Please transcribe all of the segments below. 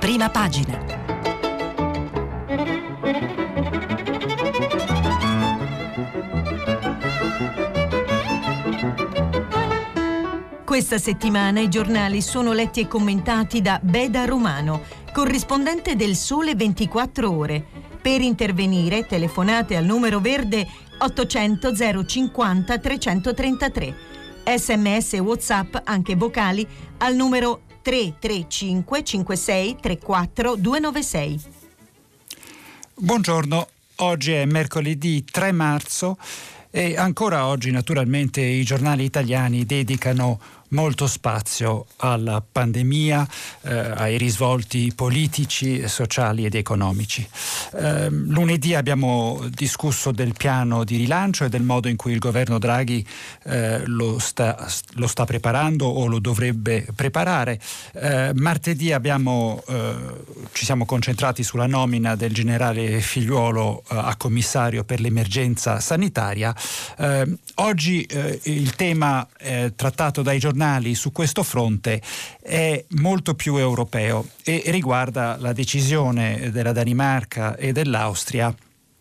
Prima pagina. Questa settimana i giornali sono letti e commentati da Beda Romano, corrispondente del Sole 24 Ore. Per intervenire telefonate al numero verde 800 050 333. SMS e WhatsApp, anche vocali, al numero 335 56 34 296. Buongiorno, oggi è mercoledì 3 marzo e ancora oggi naturalmente i giornali italiani dedicano molto spazio alla pandemia, ai risvolti politici, sociali ed economici. Lunedì abbiamo discusso del piano di rilancio e del modo in cui il governo Draghi lo sta preparando o lo dovrebbe preparare. Martedì ci siamo concentrati sulla nomina del generale Figliuolo a commissario per l'emergenza sanitaria. Oggi il tema trattato dai giornali su questo fronte è molto più europeo e riguarda la decisione della Danimarca e dell'Austria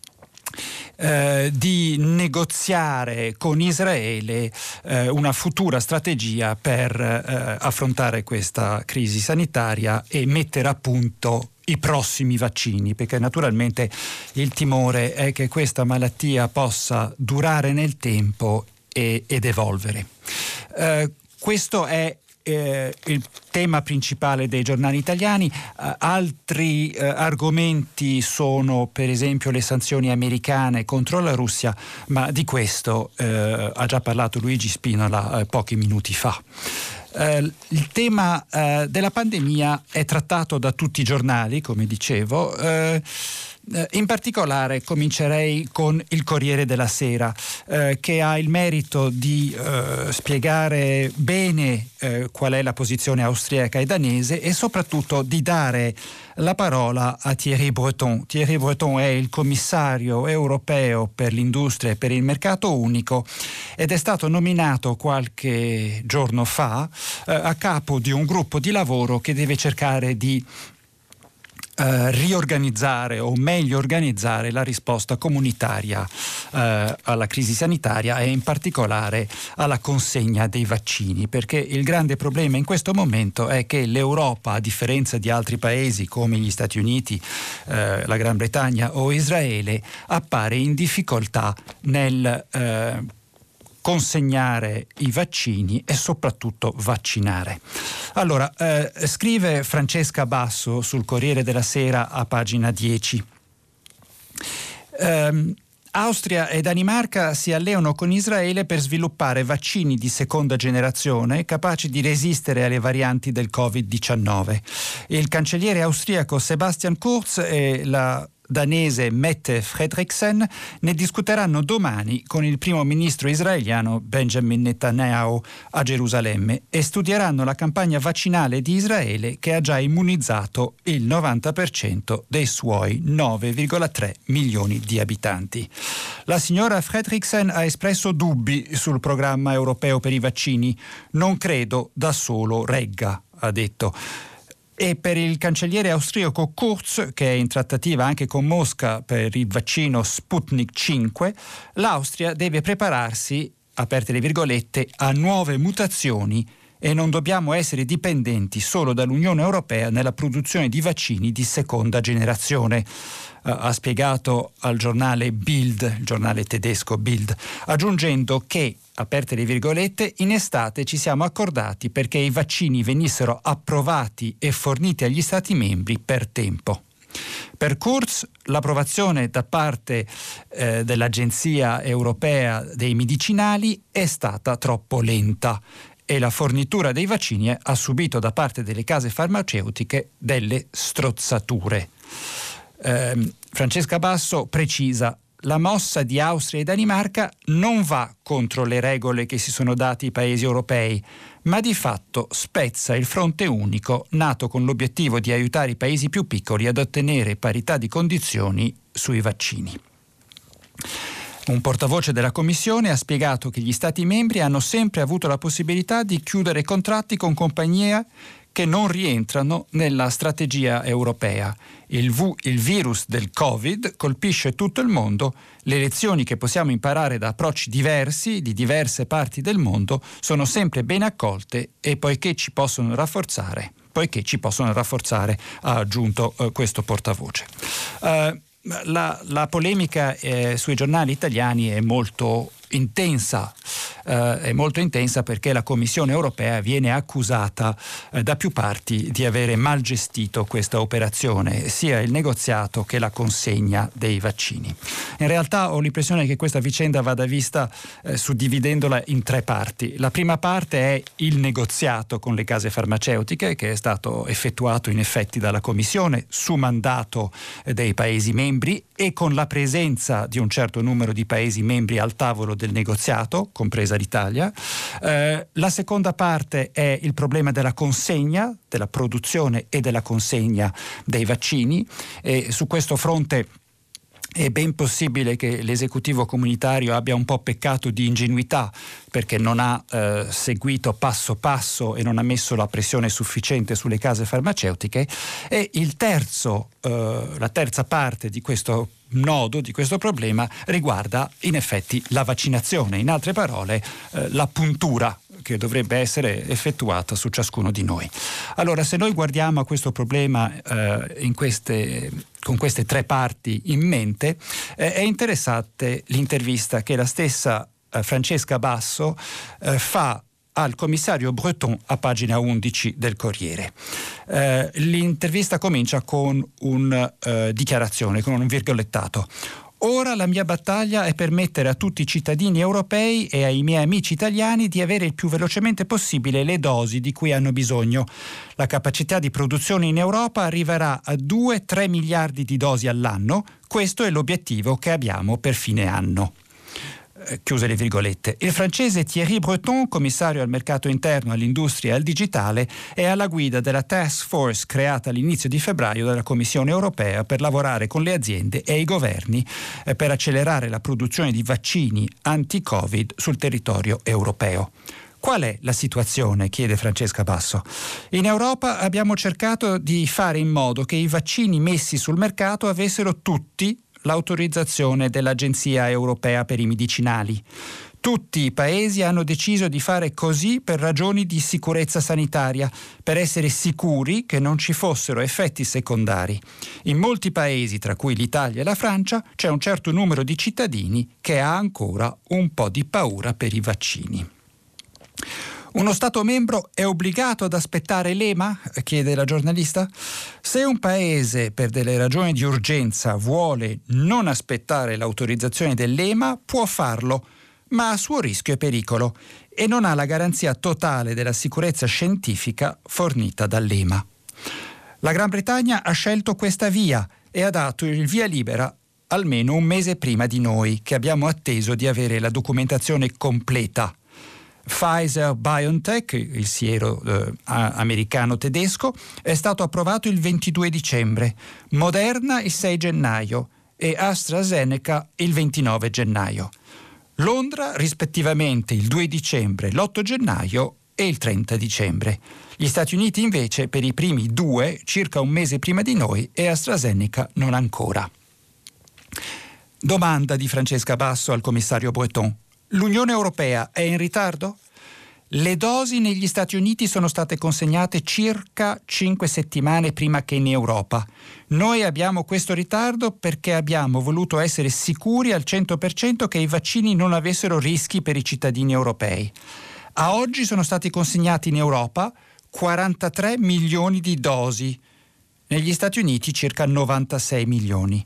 di negoziare con Israele una futura strategia per affrontare questa crisi sanitaria e mettere a punto i prossimi vaccini, perché naturalmente il timore è che questa malattia possa durare nel tempo ed evolvere. Questo è il tema principale dei giornali italiani. Altri argomenti sono per esempio le sanzioni americane contro la Russia, ma di questo ha già parlato Luigi Spinola pochi minuti fa. Il tema della pandemia è trattato da tutti i giornali, come dicevo. In particolare comincerei con il Corriere della Sera, che ha il merito di spiegare bene qual è la posizione austriaca e danese e soprattutto di dare la parola a Thierry Breton. Thierry Breton è il commissario europeo per l'industria e per il mercato unico ed è stato nominato qualche giorno fa a capo di un gruppo di lavoro che deve cercare di riorganizzare o meglio organizzare la risposta comunitaria alla crisi sanitaria e in particolare alla consegna dei vaccini, perché il grande problema in questo momento è che l'Europa, a differenza di altri paesi come gli Stati Uniti, la Gran Bretagna o Israele, appare in difficoltà nel consegnare i vaccini e soprattutto vaccinare. Allora, scrive Francesca Basso sul Corriere della Sera a pagina 10. Austria e Danimarca si alleano con Israele per sviluppare vaccini di seconda generazione capaci di resistere alle varianti del Covid-19. Il cancelliere austriaco Sebastian Kurz e la danese Mette Frederiksen ne discuteranno domani con il primo ministro israeliano Benjamin Netanyahu a Gerusalemme e studieranno la campagna vaccinale di Israele, che ha già immunizzato il 90% dei suoi 9,3 milioni di abitanti. La signora Frederiksen ha espresso dubbi sul programma europeo per i vaccini. Non credo da solo regga, ha detto. E per il cancelliere austriaco Kurz, che è in trattativa anche con Mosca per il vaccino Sputnik 5, l'Austria deve prepararsi, aperte le virgolette, a nuove mutazioni e non dobbiamo essere dipendenti solo dall'Unione Europea nella produzione di vaccini di seconda generazione, ha spiegato al giornale Bild, il giornale tedesco Bild, aggiungendo che, aperte le virgolette, in estate ci siamo accordati perché i vaccini venissero approvati e forniti agli Stati membri per tempo. Per Kurz l'approvazione da parte dell'Agenzia Europea dei Medicinali è stata troppo lenta e la fornitura dei vaccini ha subito da parte delle case farmaceutiche delle strozzature. Francesca Basso precisa: la mossa di Austria e Danimarca non va contro le regole che si sono dati i paesi europei, ma di fatto spezza il fronte unico nato con l'obiettivo di aiutare i paesi più piccoli ad ottenere parità di condizioni sui vaccini. Un portavoce della Commissione ha spiegato che gli Stati membri hanno sempre avuto la possibilità di chiudere contratti con compagnie che non rientrano nella strategia europea. Il virus del Covid colpisce tutto il mondo. Le lezioni che possiamo imparare da approcci diversi di diverse parti del mondo sono sempre ben accolte e poiché ci possono rafforzare, ha aggiunto questo portavoce. La polemica sui giornali italiani è molto intensa perché la Commissione europea viene accusata da più parti di avere mal gestito questa operazione, sia il negoziato che la consegna dei vaccini. In realtà ho l'impressione che questa vicenda vada vista suddividendola in tre parti. La prima parte è il negoziato con le case farmaceutiche, che è stato effettuato in effetti dalla Commissione su mandato dei Paesi membri e con la presenza di un certo numero di Paesi membri al tavolo del negoziato, compresa l'Italia. La seconda parte è il problema della consegna, della produzione e della consegna dei vaccini, e su questo fronte è ben possibile che l'esecutivo comunitario abbia un po' peccato di ingenuità, perché non ha seguito passo passo e non ha messo la pressione sufficiente sulle case farmaceutiche. E la terza parte di questo nodo, di questo problema, riguarda in effetti la vaccinazione, in altre parole la puntura che dovrebbe essere effettuata su ciascuno di noi. Allora, se noi guardiamo a questo problema con queste tre parti in mente, è interessante l'intervista che la stessa Francesca Basso fa al commissario Breton a pagina 11 del Corriere. L'intervista comincia con una dichiarazione, con un virgolettato. Ora la mia battaglia è permettere a tutti i cittadini europei e ai miei amici italiani di avere il più velocemente possibile le dosi di cui hanno bisogno. La capacità di produzione in Europa arriverà a 2-3 miliardi di dosi all'anno. Questo è l'obiettivo che abbiamo per fine anno. Chiuse le virgolette. Il francese Thierry Breton, commissario al mercato interno, all'industria e al digitale, è alla guida della task force creata all'inizio di febbraio dalla Commissione europea per lavorare con le aziende e i governi per accelerare la produzione di vaccini anti-Covid sul territorio europeo. Qual è la situazione? Chiede Francesca Basso. In Europa abbiamo cercato di fare in modo che i vaccini messi sul mercato avessero tutti l'autorizzazione dell'Agenzia Europea per i Medicinali. Tutti i paesi hanno deciso di fare così per ragioni di sicurezza sanitaria, per essere sicuri che non ci fossero effetti secondari. In molti paesi, tra cui l'Italia e la Francia, c'è un certo numero di cittadini che ha ancora un po' di paura per i vaccini. Uno Stato membro è obbligato ad aspettare l'EMA? Chiede la giornalista. Se un paese per delle ragioni di urgenza vuole non aspettare l'autorizzazione dell'EMA, può farlo, ma a suo rischio e pericolo, e non ha la garanzia totale della sicurezza scientifica fornita dall'EMA. La Gran Bretagna ha scelto questa via e ha dato il via libera almeno un mese prima di noi, che abbiamo atteso di avere la documentazione completa. Pfizer-BioNTech, il siero americano-tedesco, è stato approvato il 22 dicembre, Moderna il 6 gennaio e AstraZeneca il 29 gennaio. Londra rispettivamente il 2 dicembre, l'8 gennaio e il 30 dicembre. Gli Stati Uniti invece per i primi due, circa un mese prima di noi, e AstraZeneca non ancora. Domanda di Francesca Basso al commissario Breton. L'Unione Europea è in ritardo? Le dosi negli Stati Uniti sono state consegnate circa 5 settimane prima che in Europa. Noi abbiamo questo ritardo perché abbiamo voluto essere sicuri al 100% che i vaccini non avessero rischi per i cittadini europei. A oggi sono stati consegnati in Europa 43 milioni di dosi, negli Stati Uniti circa 96 milioni.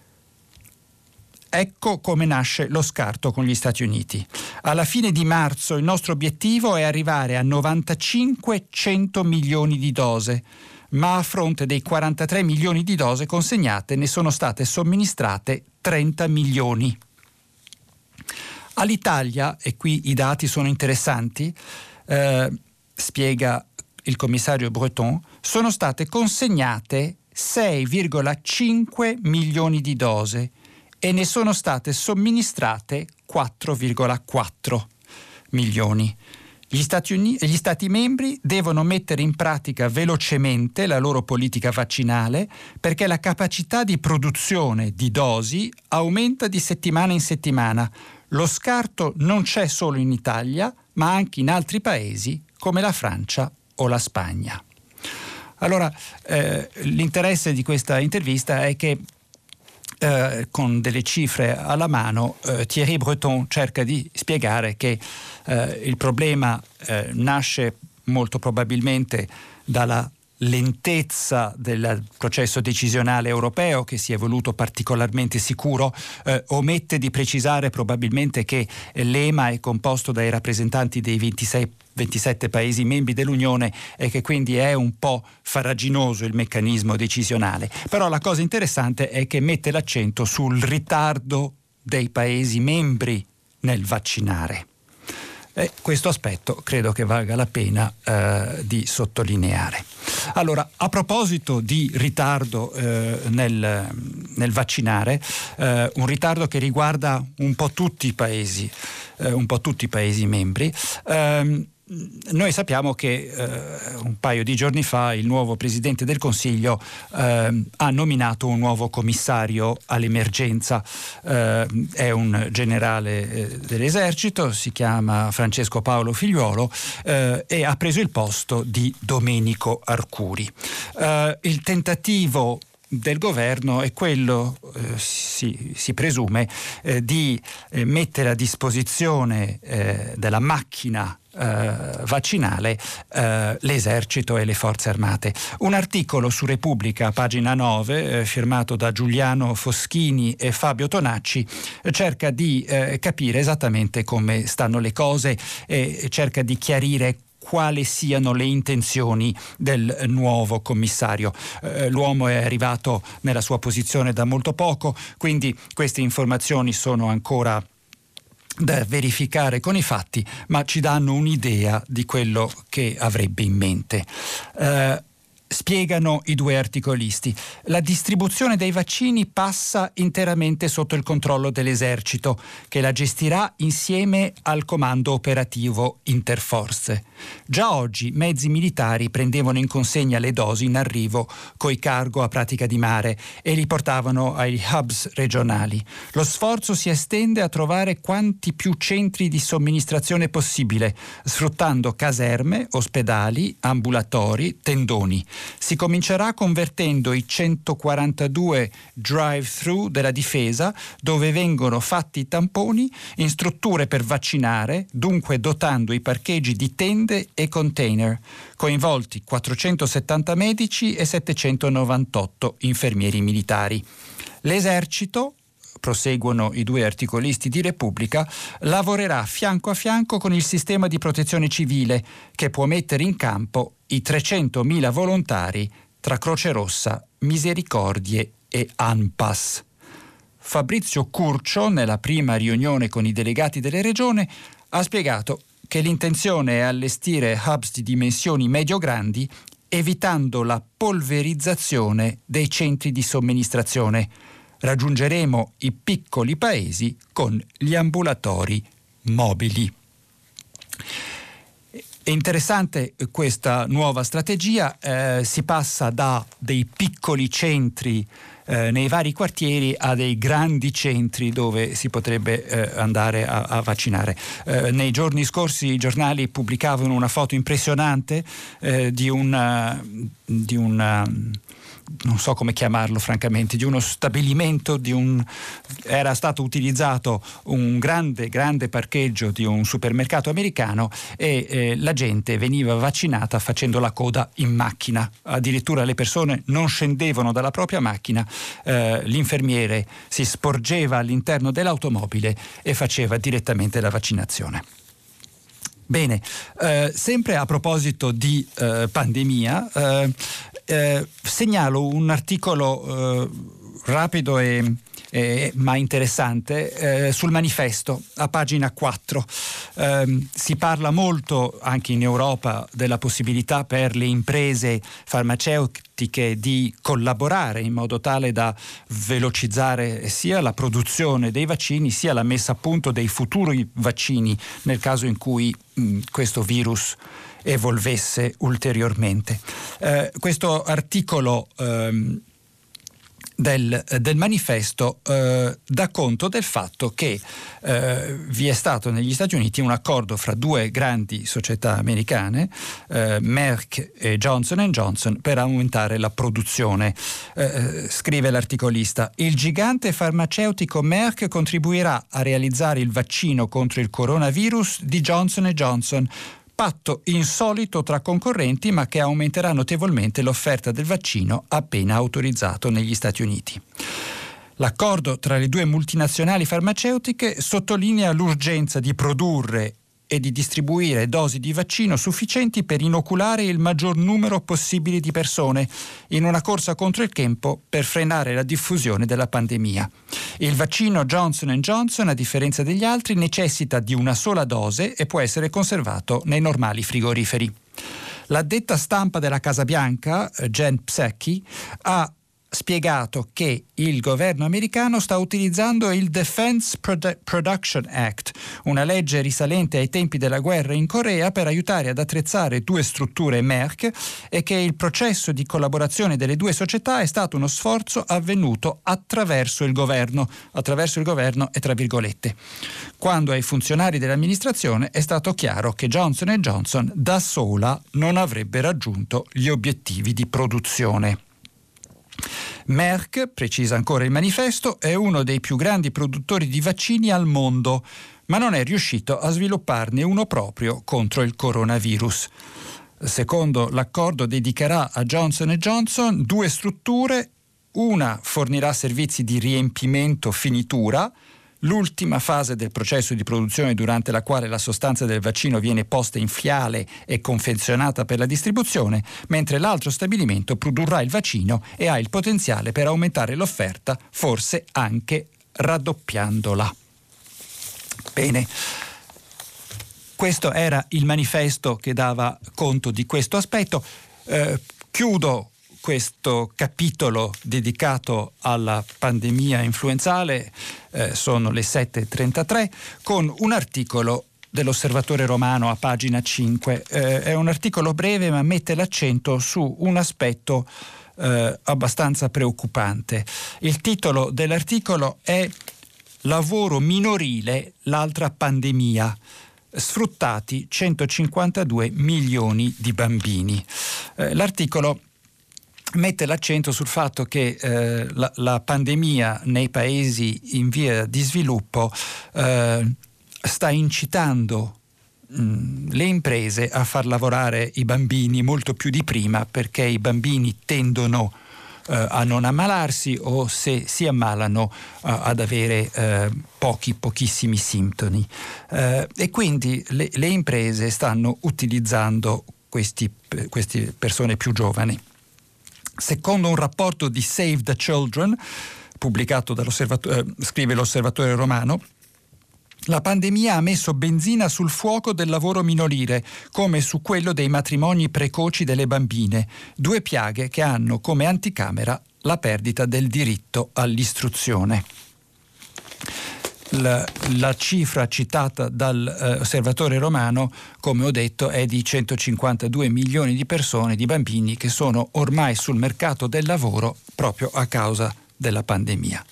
Ecco come nasce lo scarto con gli Stati Uniti. Alla fine di marzo il nostro obiettivo è arrivare a 95-100 milioni di dose, ma a fronte dei 43 milioni di dose consegnate ne sono state somministrate 30 milioni. All'Italia, e qui i dati sono interessanti, spiega il commissario Breton, sono state consegnate 6,5 milioni di dose e ne sono state somministrate 4,4 milioni. Gli Stati membri devono mettere in pratica velocemente la loro politica vaccinale, perché la capacità di produzione di dosi aumenta di settimana in settimana. Lo scarto non c'è solo in Italia, ma anche in altri paesi come la Francia o la Spagna. Allora, l'interesse di questa intervista è che con delle cifre alla mano Thierry Breton cerca di spiegare che il problema nasce molto probabilmente dalla lentezza del processo decisionale europeo, che si è voluto particolarmente sicuro. Omette di precisare probabilmente che l'EMA è composto dai rappresentanti dei 27 Paesi membri dell'Unione e che quindi è un po' farraginoso il meccanismo decisionale. Però la cosa interessante è che mette l'accento sul ritardo dei Paesi membri nel vaccinare. E questo aspetto credo che valga la pena di sottolineare. Allora, a proposito di ritardo nel vaccinare, un ritardo che riguarda un po' tutti i paesi membri, noi sappiamo che un paio di giorni fa il nuovo Presidente del Consiglio ha nominato un nuovo commissario all'emergenza. È un generale dell'esercito, si chiama Francesco Paolo Figliuolo, e ha preso il posto di Domenico Arcuri. Il tentativo del governo è quello, si presume, di mettere a disposizione della macchina vaccinale l'esercito e le forze armate. Un articolo su Repubblica, pagina 9, firmato da Giuliano Foschini e Fabio Tonacci, cerca di capire esattamente come stanno le cose e cerca di chiarire quali siano le intenzioni del nuovo commissario. L'uomo è arrivato nella sua posizione da molto poco, quindi queste informazioni sono ancora da verificare con i fatti, ma ci danno un'idea di quello che avrebbe in mente. Spiegano i due articolisti: la distribuzione dei vaccini passa interamente sotto il controllo dell'esercito, che la gestirà insieme al comando operativo interforze. Già oggi mezzi militari prendevano in consegna le dosi in arrivo coi cargo a Pratica di Mare e li portavano ai hubs regionali. Lo sforzo si estende a trovare quanti più centri di somministrazione possibile, sfruttando caserme, ospedali, ambulatori, tendoni. Si comincerà convertendo i 142 drive-thru della difesa, dove vengono fatti i tamponi, in strutture per vaccinare, dunque dotando i parcheggi di tende e container, coinvolti 470 medici e 798 infermieri militari. L'esercito, proseguono i due articolisti di Repubblica, lavorerà fianco a fianco con il sistema di protezione civile, che può mettere in campo i 300.000 volontari tra Croce Rossa, Misericordie e ANPAS. Fabrizio Curcio, nella prima riunione con i delegati delle regioni, ha spiegato che l'intenzione è allestire hubs di dimensioni medio-grandi, evitando la polverizzazione dei centri di somministrazione. Raggiungeremo i piccoli paesi con gli ambulatori mobili. È interessante questa nuova strategia, si passa da dei piccoli centri nei vari quartieri a dei grandi centri dove si potrebbe andare a vaccinare. Nei giorni scorsi i giornali pubblicavano una foto impressionante di un non so come chiamarlo francamente, di uno stabilimento, era stato utilizzato un grande parcheggio di un supermercato americano e la gente veniva vaccinata facendo la coda in macchina. Addirittura le persone non scendevano dalla propria macchina, l'infermiere si sporgeva all'interno dell'automobile e faceva direttamente la vaccinazione. Bene, sempre a proposito di pandemia, segnalo un articolo rapido ma interessante, sul manifesto a pagina 4. Si parla molto anche in Europa della possibilità per le imprese farmaceutiche di collaborare in modo tale da velocizzare sia la produzione dei vaccini sia la messa a punto dei futuri vaccini nel caso in cui questo virus evolvesse ulteriormente. Questo articolo del manifesto dà conto del fatto che vi è stato negli Stati Uniti un accordo fra due grandi società americane, Merck e Johnson & Johnson, per aumentare la produzione. Scrive l'articolista: il gigante farmaceutico Merck contribuirà a realizzare il vaccino contro il coronavirus di Johnson & Johnson, patto insolito tra concorrenti ma che aumenterà notevolmente l'offerta del vaccino appena autorizzato negli Stati Uniti. L'accordo tra le due multinazionali farmaceutiche sottolinea l'urgenza di produrre e di distribuire dosi di vaccino sufficienti per inoculare il maggior numero possibile di persone in una corsa contro il tempo per frenare la diffusione della pandemia. Il vaccino Johnson & Johnson, a differenza degli altri, necessita di una sola dose e può essere conservato nei normali frigoriferi. L'addetta stampa della Casa Bianca, Jen Psaki, ha spiegato che il governo americano sta utilizzando il Defense Production Act, una legge risalente ai tempi della guerra in Corea, per aiutare ad attrezzare due strutture Merck, e che il processo di collaborazione delle due società è stato uno sforzo avvenuto attraverso il governo e tra virgolette, quando ai funzionari dell'amministrazione è stato chiaro che Johnson & Johnson da sola non avrebbe raggiunto gli obiettivi di produzione. Merck, precisa ancora il manifesto, è uno dei più grandi produttori di vaccini al mondo, ma non è riuscito a svilupparne uno proprio contro il coronavirus. Secondo l'accordo dedicherà a Johnson & Johnson due strutture: una fornirà servizi di riempimento finitura, l'ultima fase del processo di produzione durante la quale la sostanza del vaccino viene posta in fiale e confezionata per la distribuzione, mentre l'altro stabilimento produrrà il vaccino e ha il potenziale per aumentare l'offerta, forse anche raddoppiandola. Bene, questo era il manifesto che dava conto di questo aspetto. Chiudo questo capitolo dedicato alla pandemia influenzale, sono le 7:33, con un articolo dell'Osservatore Romano a pagina 5. È un articolo breve ma mette l'accento su un aspetto abbastanza preoccupante. Il titolo dell'articolo è "Lavoro minorile, l'altra pandemia. Sfruttati 152 milioni di bambini". L'articolo mette l'accento sul fatto che la pandemia nei paesi in via di sviluppo sta incitando le imprese a far lavorare i bambini molto più di prima, perché i bambini tendono a non ammalarsi, o se si ammalano ad avere pochissimi sintomi, e quindi le imprese stanno utilizzando queste persone più giovani. Secondo un rapporto di Save the Children pubblicato scrive l'Osservatore Romano, la pandemia ha messo benzina sul fuoco del lavoro minorile, come su quello dei matrimoni precoci delle bambine, due piaghe che hanno come anticamera la perdita del diritto all'istruzione. La cifra citata dall'Osservatore Romano, come ho detto, è di 152 milioni di persone, di bambini, che sono ormai sul mercato del lavoro proprio a causa della pandemia.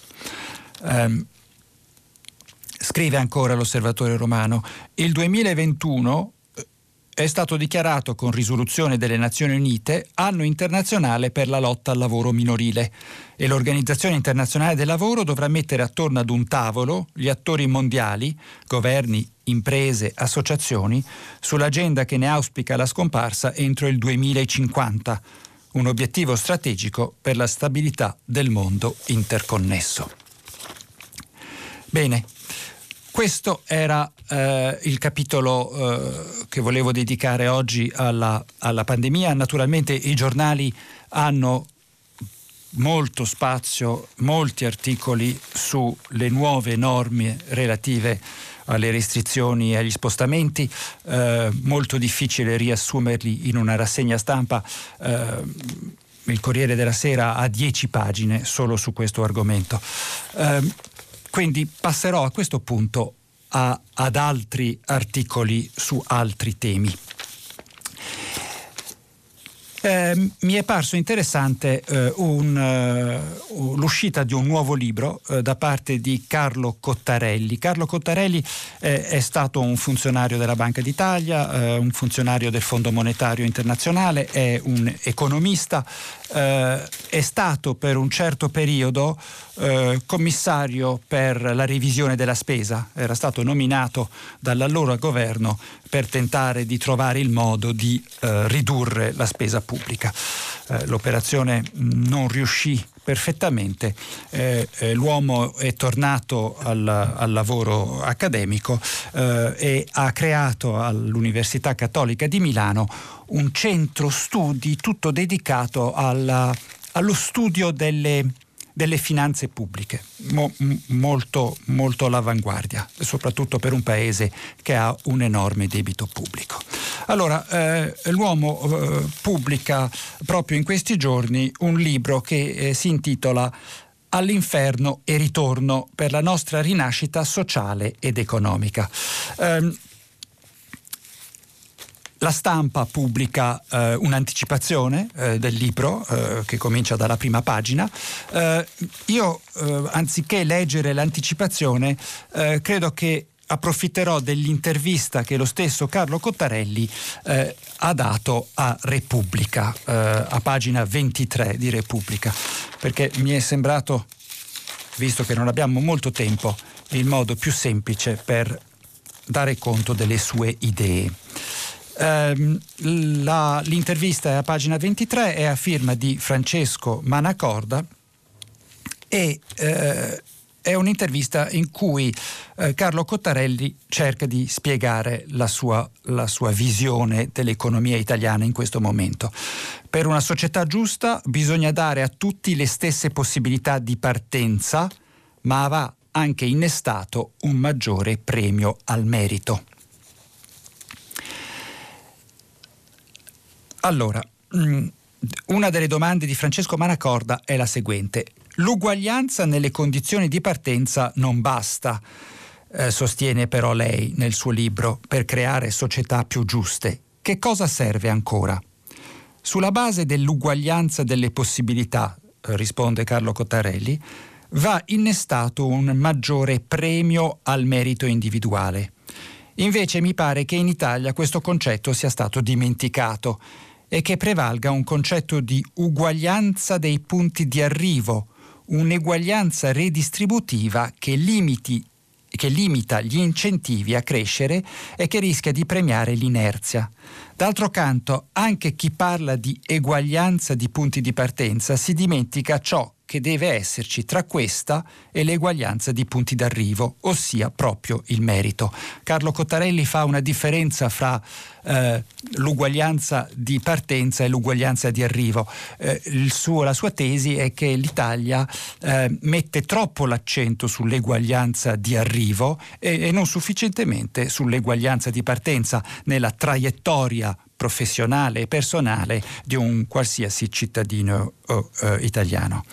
Scrive ancora l'Osservatore Romano: il 2021 è stato dichiarato con risoluzione delle Nazioni Unite anno internazionale per la lotta al lavoro minorile, e l'Organizzazione Internazionale del Lavoro dovrà mettere attorno ad un tavolo gli attori mondiali, governi, imprese, associazioni, sull'agenda che ne auspica la scomparsa entro il 2050, un obiettivo strategico per la stabilità del mondo interconnesso. Bene. Questo era il capitolo che volevo dedicare oggi alla pandemia. Naturalmente i giornali hanno molto spazio, molti articoli sulle nuove norme relative alle restrizioni e agli spostamenti, molto difficile riassumerli in una rassegna stampa. Il Corriere della Sera ha 10 pagine solo su questo argomento. Quindi passerò a questo punto ad altri articoli su altri temi. Mi è parso interessante l'uscita di un nuovo libro da parte di Carlo Cottarelli. Carlo Cottarelli è stato un funzionario della Banca d'Italia, un funzionario del Fondo Monetario Internazionale, è un economista, è stato per un certo periodo commissario per la revisione della spesa, era stato nominato dall'allora governo per tentare di trovare il modo di ridurre la spesa pubblica. L'operazione non riuscì perfettamente, l'uomo è tornato al lavoro accademico e ha creato all'Università Cattolica di Milano un centro studi tutto dedicato allo studio delle finanze pubbliche, molto all'avanguardia, soprattutto per un paese che ha un enorme debito pubblico. Allora, l'uomo pubblica proprio in questi giorni un libro che si intitola All'inferno e ritorno per la nostra rinascita sociale ed economica. La Stampa pubblica un'anticipazione del libro che comincia dalla prima pagina. Io, anziché leggere l'anticipazione, credo che approfitterò dell'intervista che lo stesso Carlo Cottarelli ha dato a Repubblica, a pagina 23 di Repubblica, perché mi è sembrato, visto che non abbiamo molto tempo, il modo più semplice per dare conto delle sue idee. L'intervista è a pagina 23, è a firma di Francesco Manacorda e è un'intervista in cui Carlo Cottarelli cerca di spiegare la sua visione dell'economia italiana in questo momento. Per una società giusta bisogna dare a tutti le stesse possibilità di partenza, ma va anche innestato un maggiore premio al merito. Allora, una delle domande di Francesco Manacorda è la seguente. L'uguaglianza nelle condizioni di partenza non basta, sostiene però lei nel suo libro, per creare società più giuste. Che cosa serve ancora? Sulla base dell'uguaglianza delle possibilità, risponde Carlo Cottarelli, va innestato un maggiore premio al merito individuale. Invece mi pare che in Italia questo concetto sia stato dimenticato e che prevalga un concetto di uguaglianza dei punti di arrivo, un'eguaglianza redistributiva che limita gli incentivi a crescere e che rischia di premiare l'inerzia. D'altro canto, anche chi parla di eguaglianza di punti di partenza si dimentica ciò che deve esserci tra questa e l'eguaglianza di punti d'arrivo, ossia proprio il merito. Carlo Cottarelli fa una differenza fra l'uguaglianza di partenza e l'uguaglianza di arrivo. La sua tesi è che l'Italia mette troppo l'accento sull'eguaglianza di arrivo e non sufficientemente sull'eguaglianza di partenza nella traiettoria professionale e personale di un qualsiasi cittadino italiano.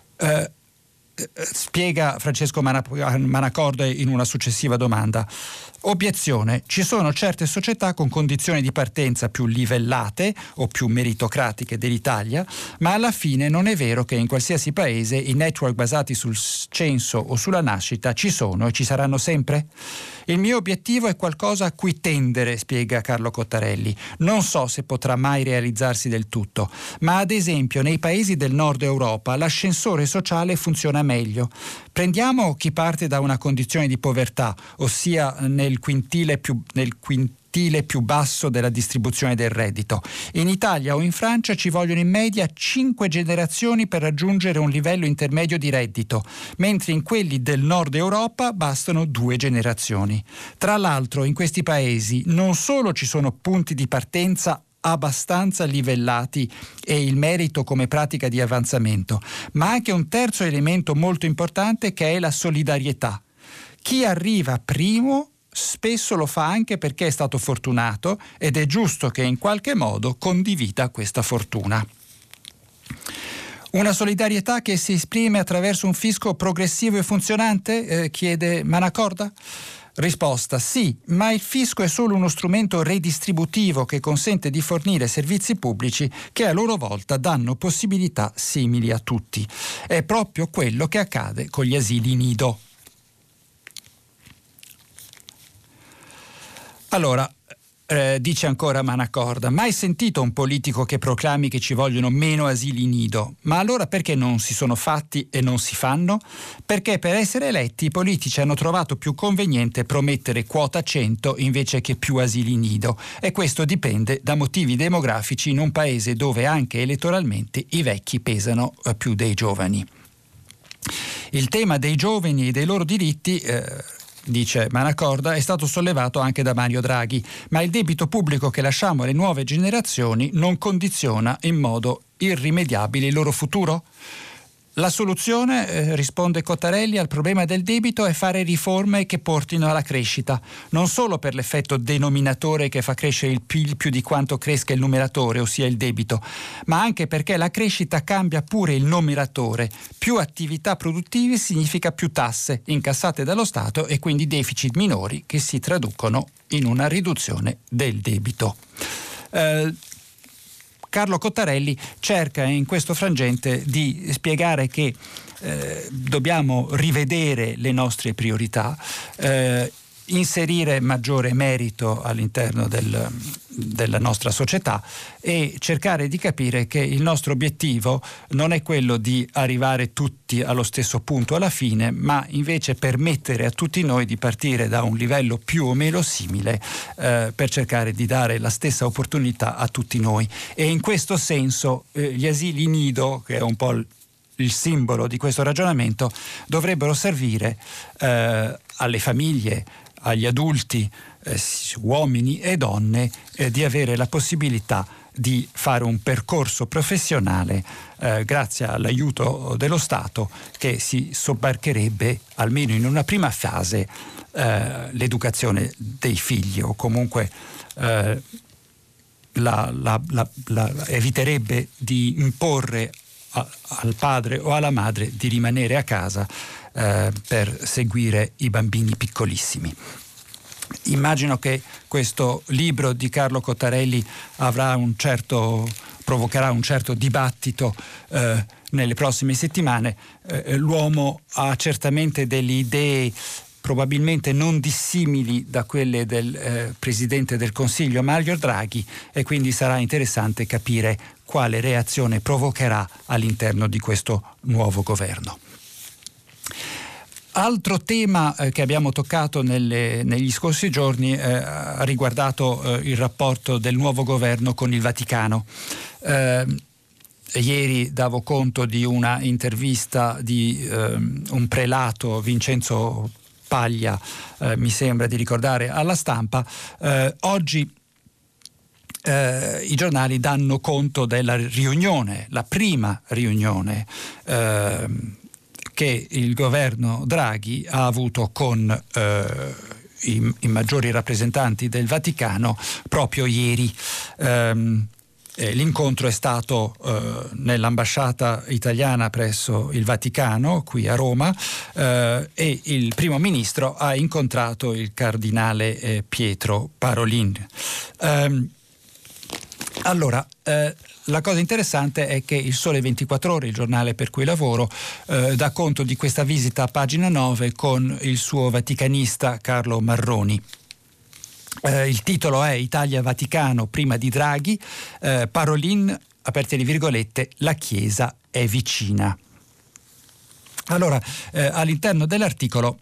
Spiega Francesco Manacorda in una successiva domanda. Obiezione: ci sono certe società con condizioni di partenza più livellate o più meritocratiche dell'Italia, ma alla fine non è vero che in qualsiasi paese i network basati sul censo o sulla nascita ci sono e ci saranno sempre? Il mio obiettivo è qualcosa a cui tendere, spiega Carlo Cottarelli. Non so se potrà mai realizzarsi del tutto, ma ad esempio nei paesi del nord Europa l'ascensore sociale funziona meglio. Prendiamo chi parte da una condizione di povertà, ossia nel quintile più basso della distribuzione del reddito. In Italia o in Francia ci vogliono in media 5 generazioni per raggiungere un livello intermedio di reddito, mentre in quelli del nord Europa bastano 2 generazioni. Tra l'altro in questi paesi non solo ci sono punti di partenza abbastanza livellati e il merito come pratica di avanzamento, ma anche un terzo elemento molto importante che è la solidarietà. Chi arriva primo spesso lo fa anche perché è stato fortunato ed è giusto che in qualche modo condivida questa fortuna. Una solidarietà che si esprime attraverso un fisco progressivo e funzionante? Chiede Manacorda. Risposta: sì, ma il fisco è solo uno strumento redistributivo che consente di fornire servizi pubblici che a loro volta danno possibilità simili a tutti. È proprio quello che accade con gli asili nido. Allora, dice ancora Manacorda, mai sentito un politico che proclami che ci vogliono meno asili nido? Ma allora perché non si sono fatti e non si fanno? Perché per essere eletti i politici hanno trovato più conveniente promettere quota 100 invece che più asili nido, e questo dipende da motivi demografici in un paese dove anche elettoralmente i vecchi pesano più dei giovani. Il tema dei giovani e dei loro diritti dice Manacorda, è stato sollevato anche da Mario Draghi, ma il debito pubblico che lasciamo alle nuove generazioni non condiziona in modo irrimediabile il loro futuro? La soluzione, risponde Cottarelli, al problema del debito è fare riforme che portino alla crescita, non solo per l'effetto denominatore che fa crescere il PIL più di quanto cresca il numeratore, ossia il debito, ma anche perché la crescita cambia pure il numeratore. Più attività produttive significa più tasse incassate dallo Stato e quindi deficit minori che si traducono in una riduzione del debito. Carlo Cottarelli cerca in questo frangente di spiegare che dobbiamo rivedere le nostre priorità, inserire maggiore merito all'interno della nostra società e cercare di capire che il nostro obiettivo non è quello di arrivare tutti allo stesso punto alla fine, ma invece permettere a tutti noi di partire da un livello più o meno simile per cercare di dare la stessa opportunità a tutti noi. E in questo senso gli asili nido, che è un po' il simbolo di questo ragionamento, dovrebbero servire alle famiglie, agli adulti, uomini e donne, di avere la possibilità di fare un percorso professionale grazie all'aiuto dello Stato, che si sobbarcherebbe almeno in una prima fase l'educazione dei figli, o comunque eviterebbe di imporre al padre o alla madre di rimanere a casa per seguire i bambini piccolissimi. Immagino che questo libro di Carlo Cottarelli provocherà un certo dibattito nelle prossime settimane. L'uomo ha certamente delle idee probabilmente non dissimili da quelle del Presidente del Consiglio Mario Draghi, e quindi sarà interessante capire quale reazione provocherà all'interno di questo nuovo governo. Altro tema che abbiamo toccato negli scorsi giorni ha riguardato il rapporto del nuovo governo con il Vaticano. Ieri davo conto di una intervista di un prelato, Vincenzo Paglia, mi sembra di ricordare, alla Stampa. Oggi i giornali danno conto della riunione, la prima riunione che il governo Draghi ha avuto con i maggiori rappresentanti del Vaticano proprio ieri. L'incontro è stato nell'ambasciata italiana presso il Vaticano, qui a Roma, e il primo ministro ha incontrato il cardinale Pietro Parolin. Allora, la cosa interessante è che il Sole 24 Ore, il giornale per cui lavoro, dà conto di questa visita a pagina 9 con il suo vaticanista Carlo Marroni. Il titolo è Italia-Vaticano prima di Draghi, Parolin, aperte le virgolette, la Chiesa è vicina. Allora, all'interno dell'articolo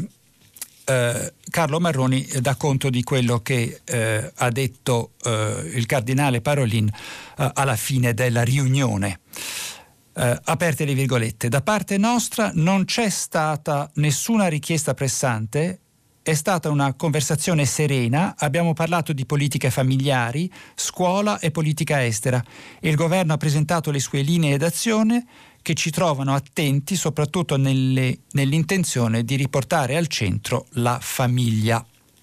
Carlo Marroni dà conto di quello che ha detto il cardinale Parolin alla fine della riunione. Aperte le virgolette, da parte nostra non c'è stata nessuna richiesta pressante è stata una conversazione serena, abbiamo parlato di politiche familiari, scuola e politica estera. Il governo ha presentato le sue linee d'azione che ci trovano attenti soprattutto nell'intenzione di riportare al centro la famiglia.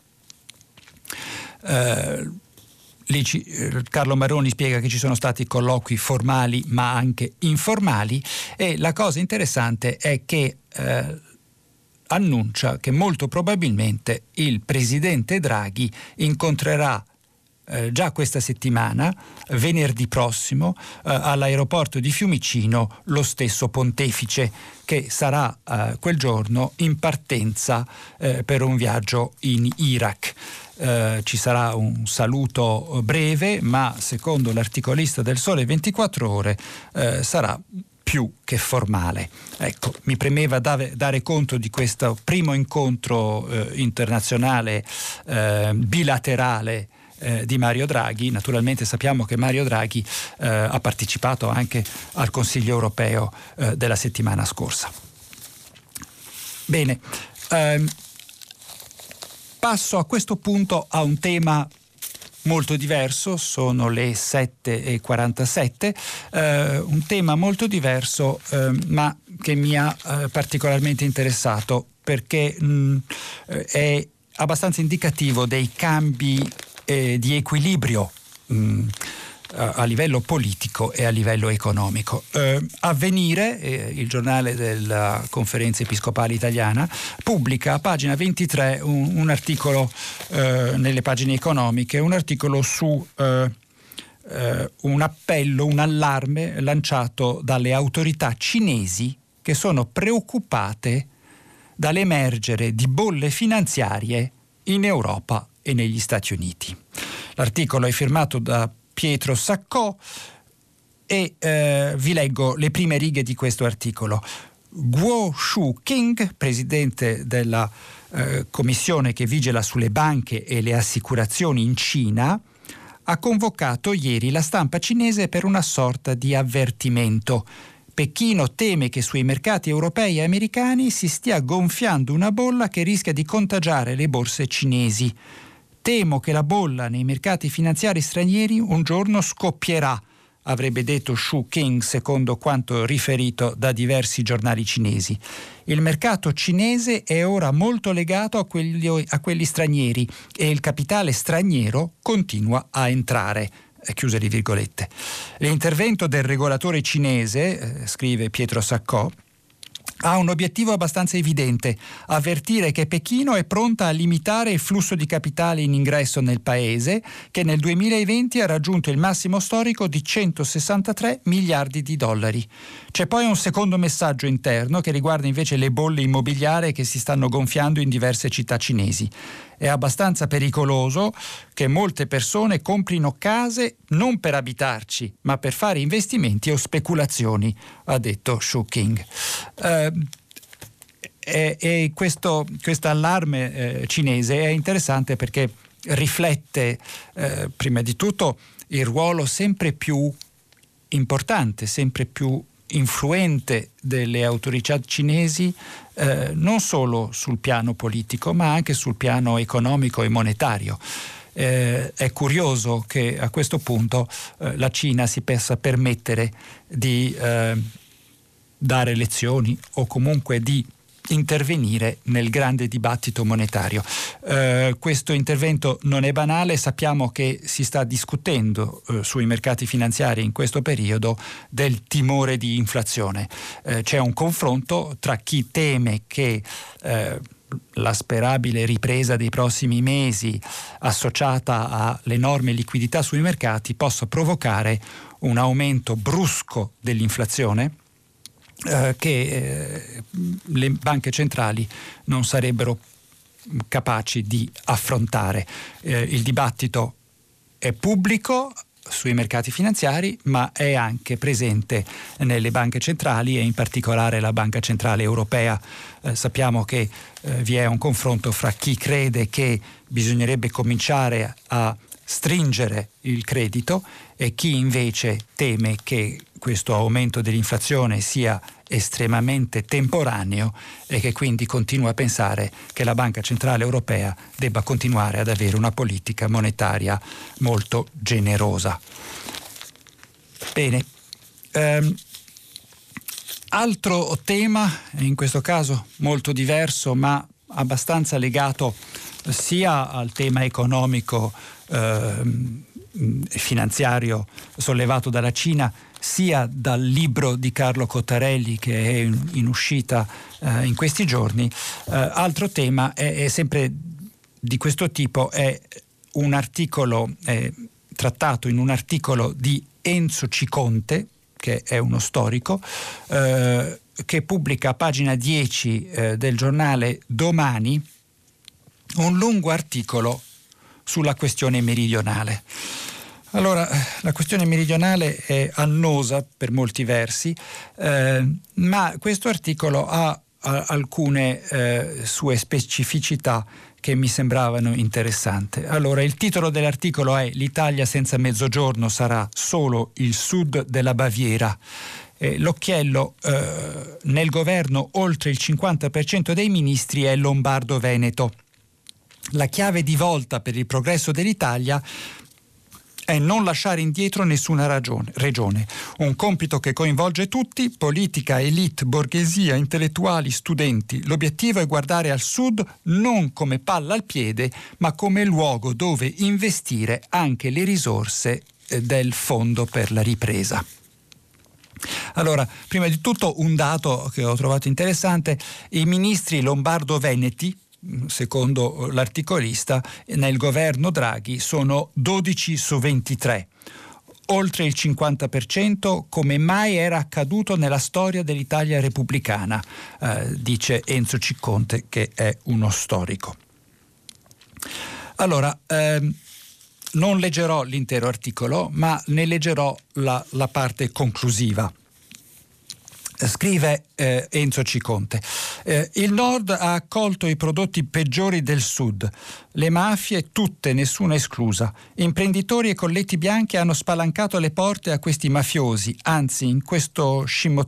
Carlo Marroni spiega che ci sono stati colloqui formali ma anche informali, e la cosa interessante è che annuncia che molto probabilmente il presidente Draghi incontrerà già questa settimana, venerdì prossimo, all'aeroporto di Fiumicino, lo stesso pontefice, che sarà quel giorno in partenza per un viaggio in Iraq. Ci sarà un saluto breve, ma secondo l'articolista del Sole 24 Ore sarà più che formale. Ecco, mi premeva dare conto di questo primo incontro internazionale bilaterale di Mario Draghi. Naturalmente sappiamo che Mario Draghi ha partecipato anche al Consiglio europeo della settimana scorsa. Bene, passo a questo punto a un tema molto diverso, sono le 7:47, un tema molto diverso ma che mi ha particolarmente interessato perché è abbastanza indicativo dei cambi di equilibrio a livello politico e a livello economico. Avvenire, il giornale della Conferenza Episcopale Italiana, pubblica a pagina 23 un articolo nelle pagine economiche, un articolo su un appello, un allarme lanciato dalle autorità cinesi che sono preoccupate dall'emergere di bolle finanziarie in Europa e negli Stati Uniti. L'articolo è firmato da Pietro Saccò e vi leggo le prime righe di questo articolo. Guo Shuqing, presidente della commissione che vigila sulle banche e le assicurazioni in Cina, ha convocato ieri la stampa cinese per una sorta di avvertimento. Pechino teme che sui mercati europei e americani si stia gonfiando una bolla che rischia di contagiare le borse cinesi. Temo che la bolla nei mercati finanziari stranieri un giorno scoppierà, avrebbe detto Shuqing secondo quanto riferito da diversi giornali cinesi. Il mercato cinese è ora molto legato a quelli stranieri e il capitale straniero continua a entrare. Chiuse le virgolette. L'intervento del regolatore cinese, scrive Pietro Saccò, ha un obiettivo abbastanza evidente: avvertire che Pechino è pronta a limitare il flusso di capitale in ingresso nel paese, che nel 2020 ha raggiunto il massimo storico di 163 miliardi di dollari. C'è poi un secondo messaggio interno che riguarda invece le bolle immobiliari che si stanno gonfiando in diverse città cinesi. È abbastanza pericoloso che molte persone comprino case non per abitarci, ma per fare investimenti o speculazioni, ha detto Shuqing. E questo allarme cinese è interessante perché riflette prima di tutto il ruolo sempre più importante, sempre più influente delle autorità cinesi, non solo sul piano politico ma anche sul piano economico e monetario. È curioso che a questo punto la Cina si possa permettere di dare lezioni o comunque di intervenire nel grande dibattito monetario. Questo intervento non è banale, sappiamo che si sta discutendo sui mercati finanziari in questo periodo del timore di inflazione. C'è un confronto tra chi teme che la sperabile ripresa dei prossimi mesi associata all'enorme liquidità sui mercati possa provocare un aumento brusco dell'inflazione che le banche centrali non sarebbero capaci di affrontare. Il dibattito è pubblico sui mercati finanziari, ma è anche presente nelle banche centrali e in particolare la Banca Centrale Europea. Sappiamo che vi è un confronto fra chi crede che bisognerebbe cominciare a stringere il credito e chi invece teme che questo aumento dell'inflazione sia estremamente temporaneo e che quindi continua a pensare che la Banca Centrale Europea debba continuare ad avere una politica monetaria molto generosa. Bene, altro tema, in questo caso molto diverso ma abbastanza legato sia al tema economico finanziario sollevato dalla Cina, sia dal libro di Carlo Cottarelli che è in uscita in questi giorni. Altro tema è sempre di questo tipo, è un articolo trattato in un articolo di Enzo Ciconte, che è uno storico, che pubblica a pagina 10 del giornale Domani un lungo articolo sulla questione meridionale. Allora, la questione meridionale è annosa per molti versi, ma questo articolo ha alcune sue specificità che mi sembravano interessanti. Allora, il titolo dell'articolo è «L'Italia senza mezzogiorno sarà solo il sud della Baviera». L'occhiello nel governo oltre il 50% dei ministri è lombardo-veneto. La chiave di volta per il progresso dell'Italia è non lasciare indietro nessuna regione. Un compito che coinvolge tutti, politica, elite, borghesia, intellettuali, studenti. L'obiettivo è guardare al sud non come palla al piede, ma come luogo dove investire anche le risorse del Fondo per la ripresa. Allora, prima di tutto un dato che ho trovato interessante: i ministri lombardo-veneti, secondo l'articolista, nel governo Draghi sono 12 su 23, oltre il 50% come mai era accaduto nella storia dell'Italia repubblicana, dice Enzo Ciconte, che è uno storico. Allora, non leggerò l'intero articolo, ma ne leggerò la parte conclusiva. Scrive Enzo Ciconte: il Nord ha accolto i prodotti peggiori del Sud, le mafie tutte, nessuna esclusa. Imprenditori e colletti bianchi hanno spalancato le porte a questi mafiosi, anzi in questo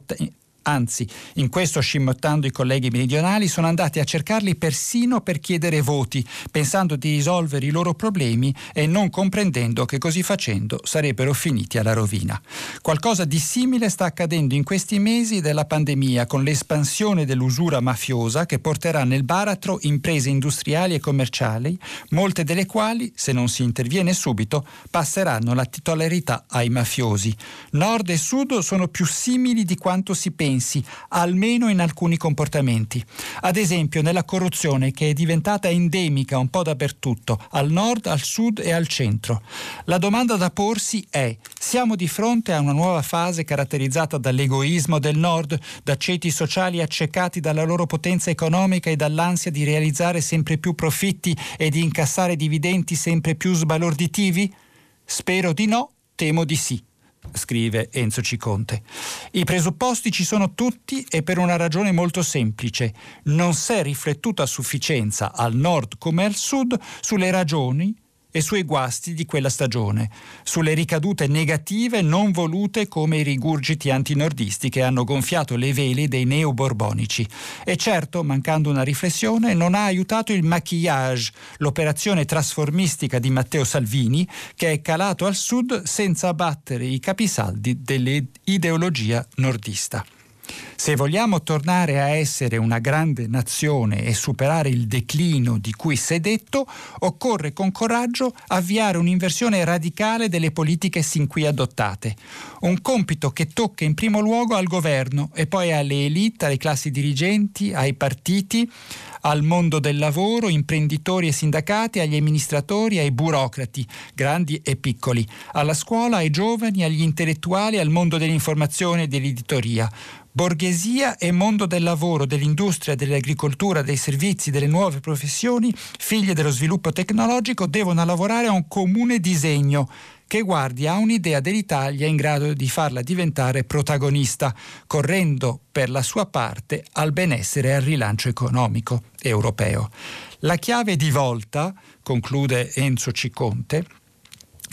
scimmottando i colleghi meridionali, sono andati a cercarli persino per chiedere voti, pensando di risolvere i loro problemi e non comprendendo che così facendo sarebbero finiti alla rovina. Qualcosa di simile sta accadendo in questi mesi della pandemia, con l'espansione dell'usura mafiosa che porterà nel baratro imprese industriali e commerciali, molte delle quali, se non si interviene subito, passeranno la titolarità ai mafiosi. Nord e Sud sono più simili di quanto si pensi, almeno in alcuni comportamenti. Ad esempio nella corruzione, che è diventata endemica un po' dappertutto, al nord, al sud e al centro. La domanda da porsi è: siamo di fronte a una nuova fase caratterizzata dall'egoismo del nord, da ceti sociali accecati dalla loro potenza economica e dall'ansia di realizzare sempre più profitti e di incassare dividendi sempre più sbalorditivi? Spero di no, temo di sì, scrive Enzo Ciconte. I presupposti ci sono tutti e per una ragione molto semplice: non si è riflettuto a sufficienza al nord come al sud sulle ragioni e sui guasti di quella stagione, sulle ricadute negative non volute come i rigurgiti antinordisti che hanno gonfiato le vele dei neoborbonici. E certo, mancando una riflessione, non ha aiutato il maquillage, l'operazione trasformistica di Matteo Salvini, che è calato al sud senza abbattere i capisaldi dell'ideologia nordista. Se vogliamo tornare a essere una grande nazione e superare il declino di cui si è detto, occorre con coraggio avviare un'inversione radicale delle politiche sin qui adottate. Un compito che tocca in primo luogo al governo e poi alle elite, alle classi dirigenti, ai partiti, al mondo del lavoro, imprenditori e sindacati, agli amministratori, ai burocrati, grandi e piccoli, alla scuola, ai giovani, agli intellettuali, al mondo dell'informazione e dell'editoria. Borghesia e mondo del lavoro, dell'industria, dell'agricoltura, dei servizi, delle nuove professioni, figlie dello sviluppo tecnologico, devono lavorare a un comune disegno che guardi a un'idea dell'Italia in grado di farla diventare protagonista, correndo per la sua parte al benessere e al rilancio economico europeo. La chiave di volta, conclude Enzo Ciconte,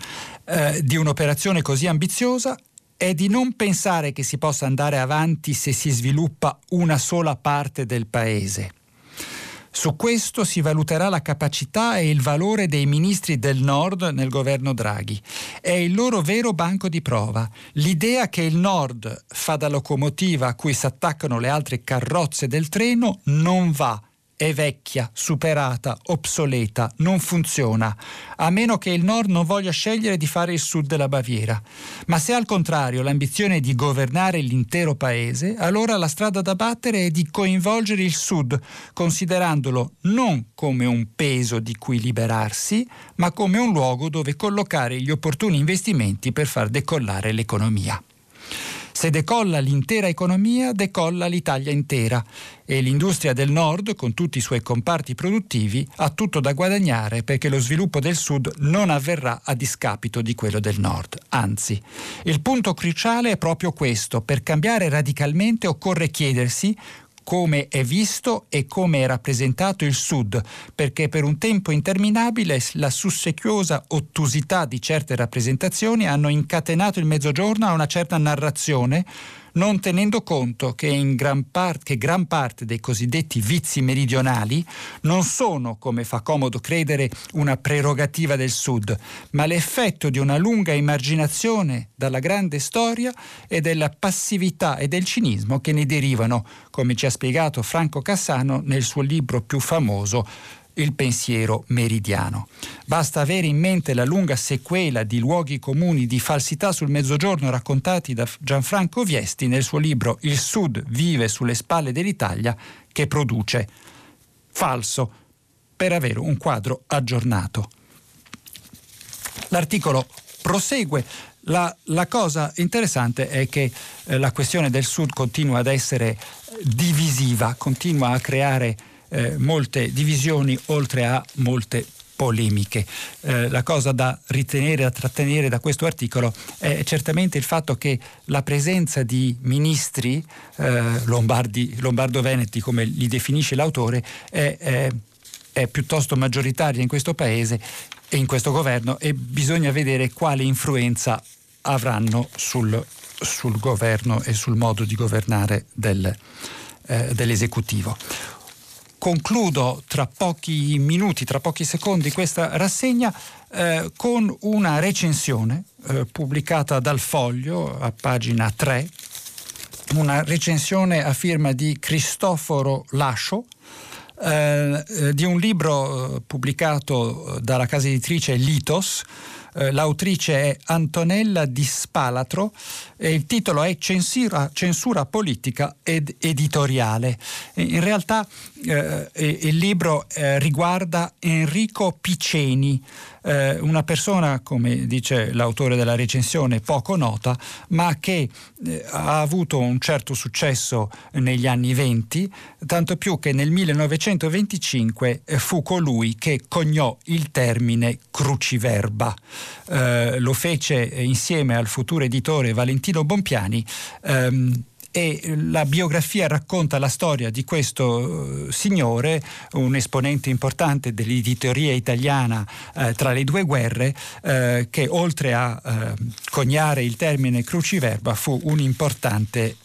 di un'operazione così ambiziosa è di non pensare che si possa andare avanti se si sviluppa una sola parte del paese. Su questo si valuterà la capacità e il valore dei ministri del Nord nel governo Draghi. È il loro vero banco di prova. L'idea che il Nord fa da locomotiva a cui si attaccano le altre carrozze del treno non va. È vecchia, superata, obsoleta, non funziona, a meno che il Nord non voglia scegliere di fare il Sud della Baviera. Ma se al contrario l'ambizione è di governare l'intero paese, allora la strada da battere è di coinvolgere il Sud, considerandolo non come un peso di cui liberarsi, ma come un luogo dove collocare gli opportuni investimenti per far decollare l'economia. Se decolla l'intera economia, decolla l'Italia intera e l'industria del Nord, con tutti i suoi comparti produttivi, ha tutto da guadagnare perché lo sviluppo del Sud non avverrà a discapito di quello del Nord. Anzi, il punto cruciale è proprio questo: per cambiare radicalmente occorre chiedersi come è visto e come è rappresentato il Sud, perché per un tempo interminabile la sussequiosa ottusità di certe rappresentazioni hanno incatenato il Mezzogiorno a una certa narrazione, non tenendo conto che gran parte dei cosiddetti vizi meridionali non sono, come fa comodo credere, una prerogativa del Sud, ma l'effetto di una lunga emarginazione dalla grande storia e della passività e del cinismo che ne derivano, come ci ha spiegato Franco Cassano nel suo libro più famoso Il pensiero meridiano. Basta avere in mente la lunga sequela di luoghi comuni di falsità sul Mezzogiorno raccontati da Gianfranco Viesti nel suo libro Il Sud vive sulle spalle dell'Italia, che produce falso per avere un quadro aggiornato. L'articolo prosegue. La cosa interessante è che la questione del Sud continua ad essere divisiva, continua a creare molte divisioni oltre a molte polemiche. La cosa da ritenere, da trattenere da questo articolo è certamente il fatto che la presenza di ministri lombardo-veneti, come li definisce l'autore, è piuttosto maggioritaria in questo paese e in questo governo, e bisogna vedere quale influenza avranno sul governo e sul modo di governare dell'esecutivo. Concludo tra pochi minuti, tra pochi secondi questa rassegna con una recensione pubblicata dal Foglio a pagina 3, una recensione a firma di Cristoforo Lascio di un libro pubblicato dalla casa editrice Litos. L'autrice è Antonella Di Spalatro e il titolo è Censura politica ed editoriale. In realtà il libro riguarda Enrico Piceni, una persona, come dice l'autore della recensione, poco nota, ma che ha avuto un certo successo negli anni '20, tanto più che nel 1925 fu colui che coniò il termine cruciverba. Lo fece insieme al futuro editore Valentino Bompiani, e la biografia racconta la storia di questo signore, un esponente importante dell'editoria italiana tra le due guerre, che oltre a coniare il termine cruciverba fu un importante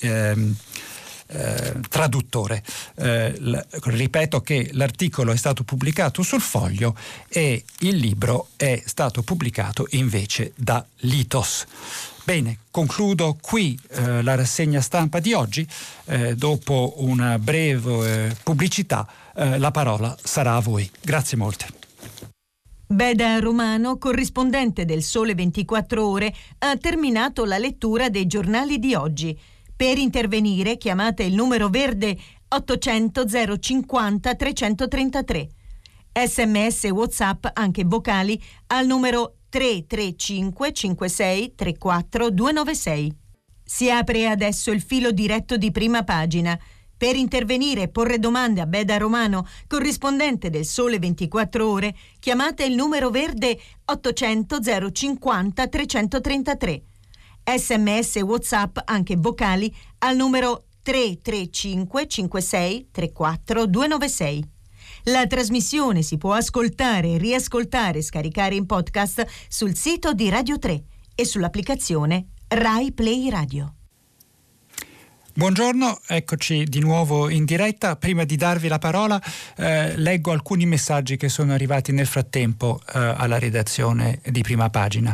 traduttore. Ripeto che l'articolo è stato pubblicato sul Foglio e il libro è stato pubblicato invece da Litos. Bene, concludo qui la rassegna stampa di oggi. Dopo una breve pubblicità la parola sarà a voi. Grazie molte. Beda Romano, corrispondente del Sole 24 Ore, ha terminato la lettura dei giornali di oggi. Per intervenire chiamate il numero verde 800 050 333. SMS WhatsApp anche vocali al numero 335 56 34 296. Si apre adesso il filo diretto di Prima Pagina. Per intervenire e porre domande a Beda Romano, corrispondente del Sole 24 Ore, chiamate il numero verde 800 050 333. SMS WhatsApp anche vocali al numero 335 56 34 296. La trasmissione si può ascoltare, riascoltare e scaricare in podcast sul sito di Radio 3 e sull'applicazione Rai Play Radio. Buongiorno, eccoci di nuovo in diretta. Prima di darvi la parola leggo alcuni messaggi che sono arrivati nel frattempo alla redazione di Prima Pagina.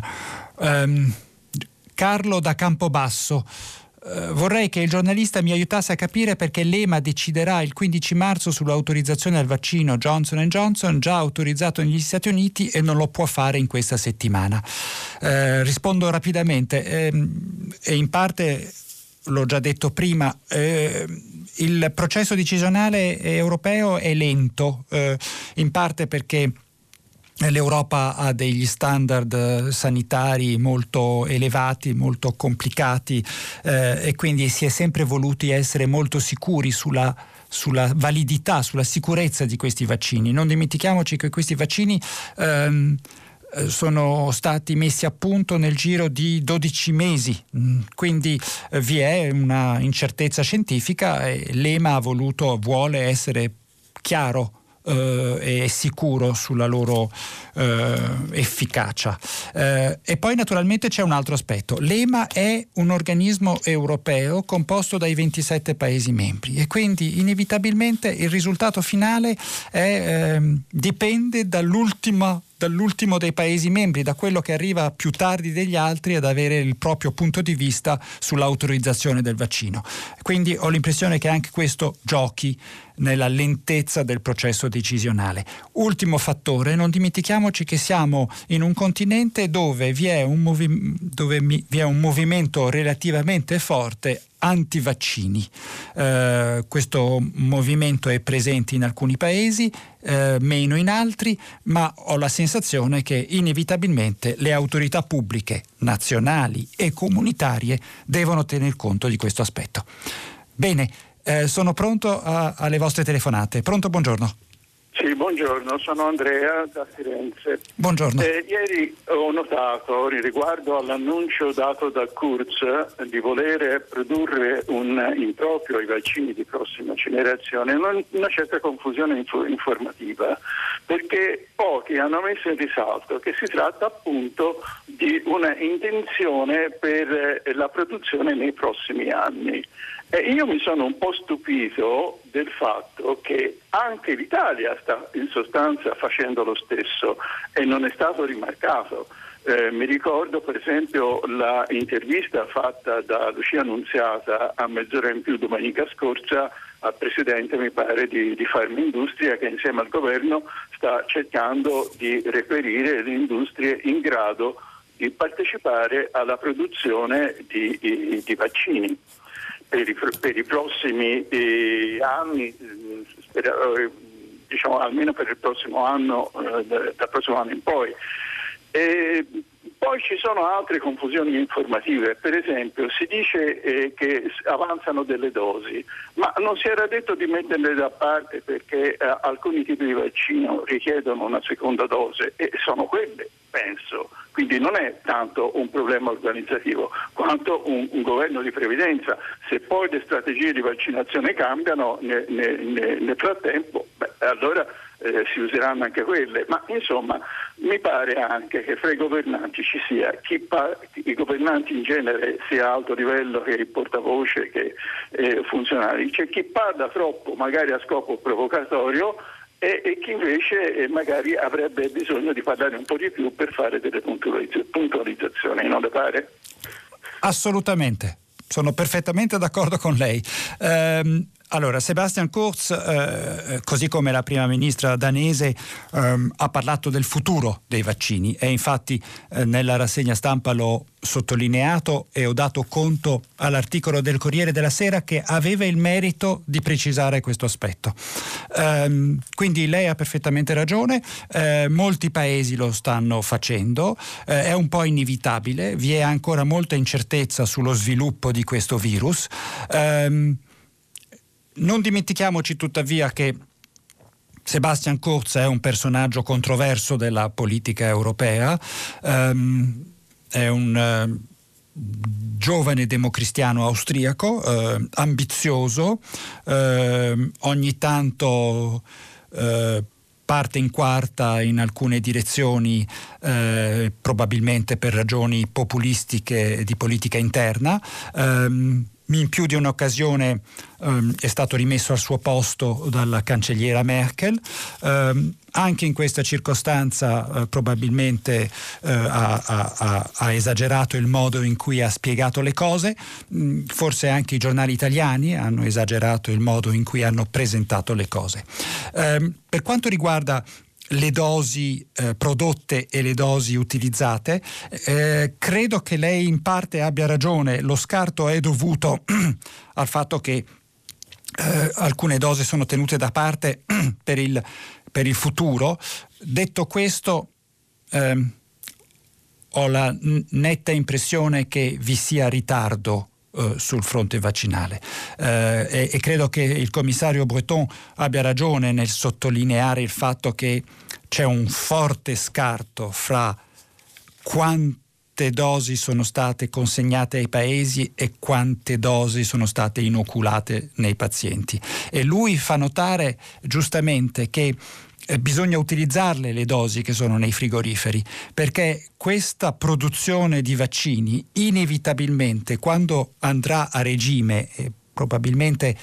Carlo da Campobasso: vorrei che il giornalista mi aiutasse a capire perché l'EMA deciderà il 15 marzo sull'autorizzazione al vaccino Johnson & Johnson, già autorizzato negli Stati Uniti, e non lo può fare in questa settimana. Rispondo rapidamente e in parte l'ho già detto prima. Il processo decisionale europeo è lento, in parte perché l'Europa ha degli standard sanitari molto elevati, molto complicati, e quindi si è sempre voluti essere molto sicuri sulla validità, sulla sicurezza di questi vaccini. Non dimentichiamoci che questi vaccini sono stati messi a punto nel giro di 12 mesi, quindi vi è una incertezza scientifica e l'EMA vuole essere chiaro e sicuro sulla loro efficacia. E poi naturalmente c'è un altro aspetto. L'EMA è un organismo europeo composto dai 27 Paesi membri e quindi inevitabilmente il risultato finale dipende dall'ultimo dei Paesi membri, da quello che arriva più tardi degli altri ad avere il proprio punto di vista sull'autorizzazione del vaccino. Quindi ho l'impressione che anche questo giochi nella lentezza del processo decisionale. Ultimo fattore: non dimentichiamoci che siamo in un continente dove vi è un movimento relativamente forte antivaccini. Questo movimento è presente in alcuni paesi, meno in altri, ma ho la sensazione che inevitabilmente le autorità pubbliche nazionali e comunitarie devono tener conto di questo aspetto. Bene, sono pronto alle vostre telefonate. Pronto, buongiorno. Sì, buongiorno, sono Andrea da Firenze. Buongiorno. Ieri ho notato, riguardo all'annuncio dato da Kurz di volere produrre un improprio ai vaccini di prossima generazione, una certa confusione informativa, perché pochi hanno messo in risalto che si tratta appunto di una intenzione per la produzione nei prossimi anni. Io mi sono un po' stupito del fatto che anche l'Italia sta in sostanza facendo lo stesso e non è stato rimarcato. Mi ricordo per esempio la intervista fatta da Lucia Annunziata a Mezz'ora in più domenica scorsa al presidente, mi pare, di Farmindustria, che insieme al governo sta cercando di reperire le industrie in grado di partecipare alla produzione di vaccini. Per i prossimi anni, diciamo almeno per il prossimo anno, dal prossimo anno in poi. E poi ci sono altre confusioni informative. Per esempio si dice che avanzano delle dosi, ma non si era detto di metterle da parte perché alcuni tipi di vaccino richiedono una seconda dose e sono quelle, penso. Quindi non è tanto un problema organizzativo quanto un governo di previdenza. Se poi le strategie di vaccinazione cambiano nel frattempo, allora si useranno anche quelle. Ma insomma mi pare anche che fra i governanti ci sia i governanti in genere, sia a alto livello che il portavoce che funzionari, c'è chi parla troppo magari a scopo provocatorio e chi invece magari avrebbe bisogno di parlare un po' di più per fare delle puntualizzazioni, non le pare? Assolutamente, sono perfettamente d'accordo con lei. Allora, Sebastian Kurz, così come la prima ministra danese, ha parlato del futuro dei vaccini e infatti nella rassegna stampa l'ho sottolineato e ho dato conto all'articolo del Corriere della Sera che aveva il merito di precisare questo aspetto. Quindi lei ha perfettamente ragione, molti paesi lo stanno facendo, è un po' inevitabile, vi è ancora molta incertezza sullo sviluppo di questo virus. Non dimentichiamoci tuttavia che Sebastian Kurz è un personaggio controverso della politica europea, è un giovane democristiano austriaco, ambizioso, ogni tanto parte in quarta in alcune direzioni, probabilmente per ragioni populistiche di politica interna. In più di un'occasione è stato rimesso al suo posto dalla cancelliera Merkel. Anche in questa circostanza probabilmente ha esagerato il modo in cui ha spiegato le cose. Forse anche i giornali italiani hanno esagerato il modo in cui hanno presentato le cose. Per quanto riguarda le dosi prodotte e le dosi utilizzate, credo che lei in parte abbia ragione. Lo scarto è dovuto al fatto che alcune dosi sono tenute da parte per il futuro. Detto questo, ho la netta impressione che vi sia ritardo sul fronte vaccinale, e credo che il commissario Breton abbia ragione nel sottolineare il fatto che c'è un forte scarto fra quante dosi sono state consegnate ai paesi e quante dosi sono state inoculate nei pazienti, e lui fa notare giustamente che bisogna utilizzarle le dosi che sono nei frigoriferi, perché questa produzione di vaccini inevitabilmente, quando andrà a regime, e probabilmente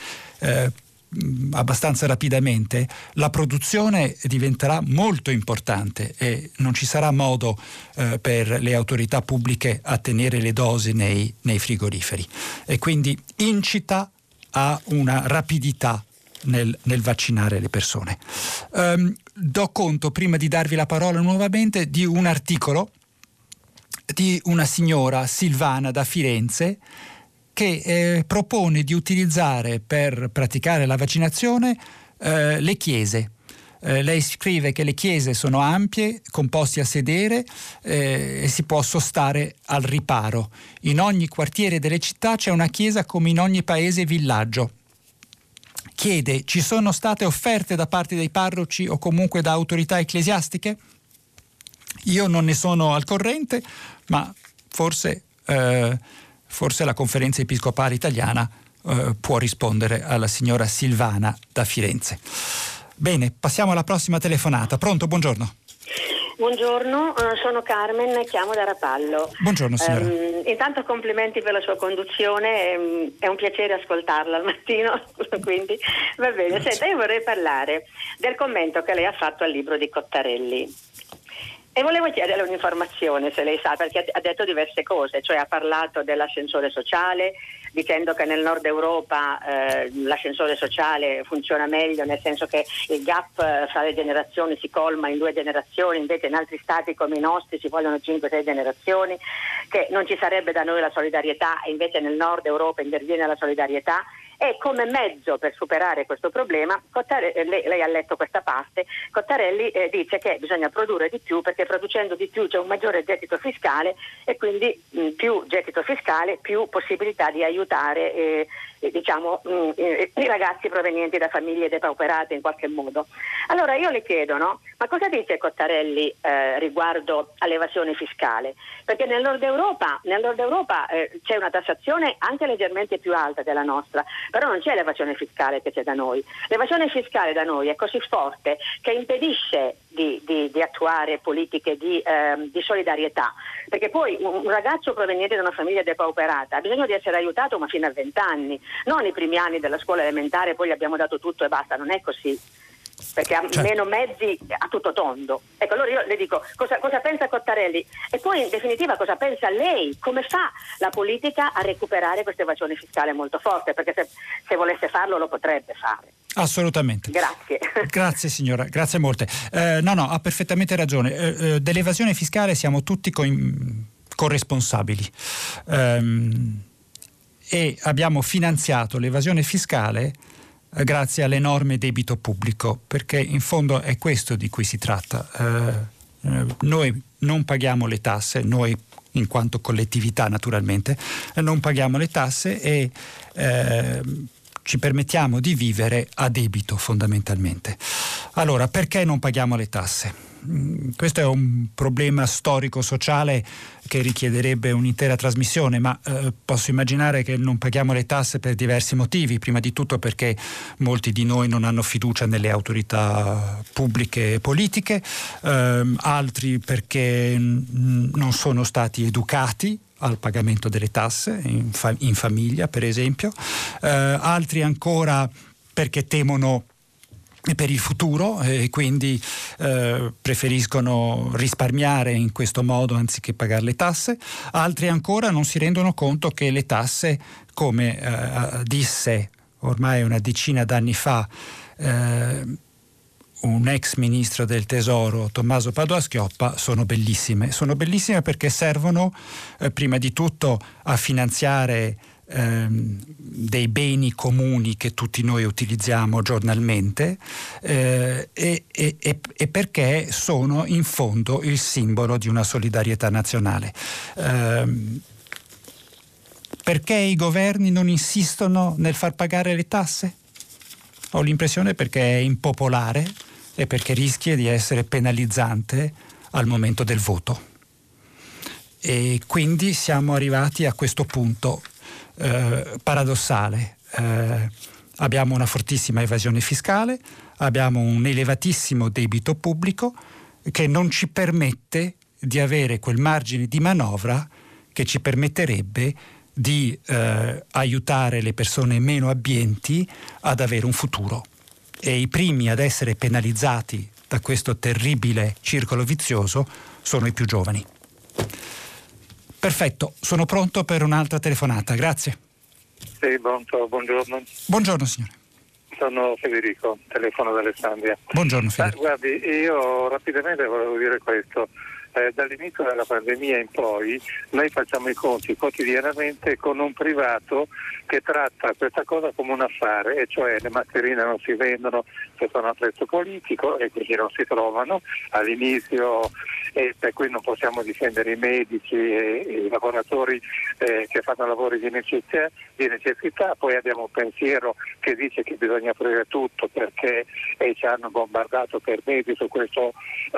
abbastanza rapidamente, la produzione diventerà molto importante e non ci sarà modo per le autorità pubbliche a tenere le dosi nei frigoriferi, e quindi incita a una rapidità nel vaccinare le persone. Do conto, prima di darvi la parola nuovamente, di un articolo di una signora, Silvana, da Firenze, che propone di utilizzare per praticare la vaccinazione le chiese. Lei scrive che le chiese sono ampie, con posti a sedere, e si può sostare al riparo. In ogni quartiere delle città c'è una chiesa come in ogni paese e villaggio. Chiede: ci sono state offerte da parte dei parroci o comunque da autorità ecclesiastiche? Io non ne sono al corrente, ma forse la Conferenza Episcopale Italiana può rispondere alla signora Silvana da Firenze. Bene, passiamo alla prossima telefonata. Pronto? Buongiorno. Buongiorno, sono Carmen, chiamo da Rapallo. Buongiorno signora. Intanto complimenti per la sua conduzione, è un piacere ascoltarla al mattino, quindi va bene. Senta, io vorrei parlare del commento che lei ha fatto al libro di Cottarelli. E volevo chiederle un'informazione, se lei sa, perché ha detto diverse cose, cioè ha parlato dell'ascensore sociale, dicendo che nel nord Europa l'ascensore sociale funziona meglio, nel senso che il gap fra le generazioni si colma in 2 generazioni, invece in altri stati come i nostri ci vogliono 5-6 generazioni, che non ci sarebbe da noi la solidarietà e invece nel nord Europa interviene la solidarietà. E come mezzo per superare questo problema, lei ha letto questa parte, Cottarelli dice che bisogna produrre di più, perché producendo di più c'è un maggiore gettito fiscale e quindi più gettito fiscale, più possibilità di aiutare i ragazzi provenienti da famiglie depauperate in qualche modo. Allora io le chiedo, no? Ma cosa dice Cottarelli riguardo all'evasione fiscale? Perché nel nord Europa c'è una tassazione anche leggermente più alta della nostra, però non c'è l'evasione fiscale che c'è da noi. L'evasione fiscale da noi è così forte che impedisce di attuare politiche di solidarietà, perché poi un ragazzo proveniente da una famiglia depauperata ha bisogno di essere aiutato, ma fino a 20 anni, non i primi anni della scuola elementare, poi gli abbiamo dato tutto e basta, non è così, perché ha meno mezzi a tutto tondo. Ecco, allora io le dico cosa pensa Cottarelli e poi in definitiva cosa pensa lei, come fa la politica a recuperare questa evasione fiscale molto forte, perché se volesse farlo lo potrebbe fare. Assolutamente. Grazie. Grazie signora, grazie molte. No, ha perfettamente ragione. Dell'evasione fiscale siamo tutti corresponsabili, e abbiamo finanziato l'evasione fiscale grazie all'enorme debito pubblico, perché in fondo è questo di cui si tratta. Noi non paghiamo le tasse, noi in quanto collettività naturalmente, non paghiamo le tasse e ci permettiamo di vivere a debito fondamentalmente. Allora, perché non paghiamo le tasse? questo è un problema storico-sociale che richiederebbe un'intera trasmissione, ma posso immaginare che non paghiamo le tasse per diversi motivi. Prima di tutto perché molti di noi non hanno fiducia nelle autorità pubbliche e politiche, altri perché non sono stati educati al pagamento delle tasse in famiglia, per esempio, altri ancora perché temono per il futuro e quindi preferiscono risparmiare in questo modo anziché pagare le tasse. Altri ancora non si rendono conto che le tasse, come disse ormai una decina d'anni fa un ex ministro del Tesoro, Tommaso Padoa-Schioppa, sono bellissime. Sono bellissime perché servono prima di tutto a finanziare dei beni comuni che tutti noi utilizziamo giornalmente e perché sono in fondo il simbolo di una solidarietà nazionale. Perché i governi non insistono nel far pagare le tasse? Ho l'impressione perché è impopolare e perché rischia di essere penalizzante al momento del voto. E quindi siamo arrivati a questo punto paradossale. Abbiamo una fortissima evasione fiscale, abbiamo un elevatissimo debito pubblico che non ci permette di avere quel margine di manovra che ci permetterebbe di aiutare le persone meno abbienti ad avere un futuro. E i primi ad essere penalizzati da questo terribile circolo vizioso sono i più giovani. Perfetto, sono pronto per un'altra telefonata, grazie. Sì, buongiorno. Buongiorno signore. Sono Federico, telefono d'Alessandria. Buongiorno Federico. Guardi, io rapidamente volevo dire questo. Dall'inizio della pandemia in poi noi facciamo i conti quotidianamente con un privato che tratta questa cosa come un affare, e cioè le mascherine non si vendono se sono a prezzo politico e quindi non si trovano all'inizio, e per cui non possiamo difendere i medici e i lavoratori che fanno lavori di necessità. Poi abbiamo un pensiero che dice che bisogna aprire tutto perché ci hanno bombardato per mesi su questo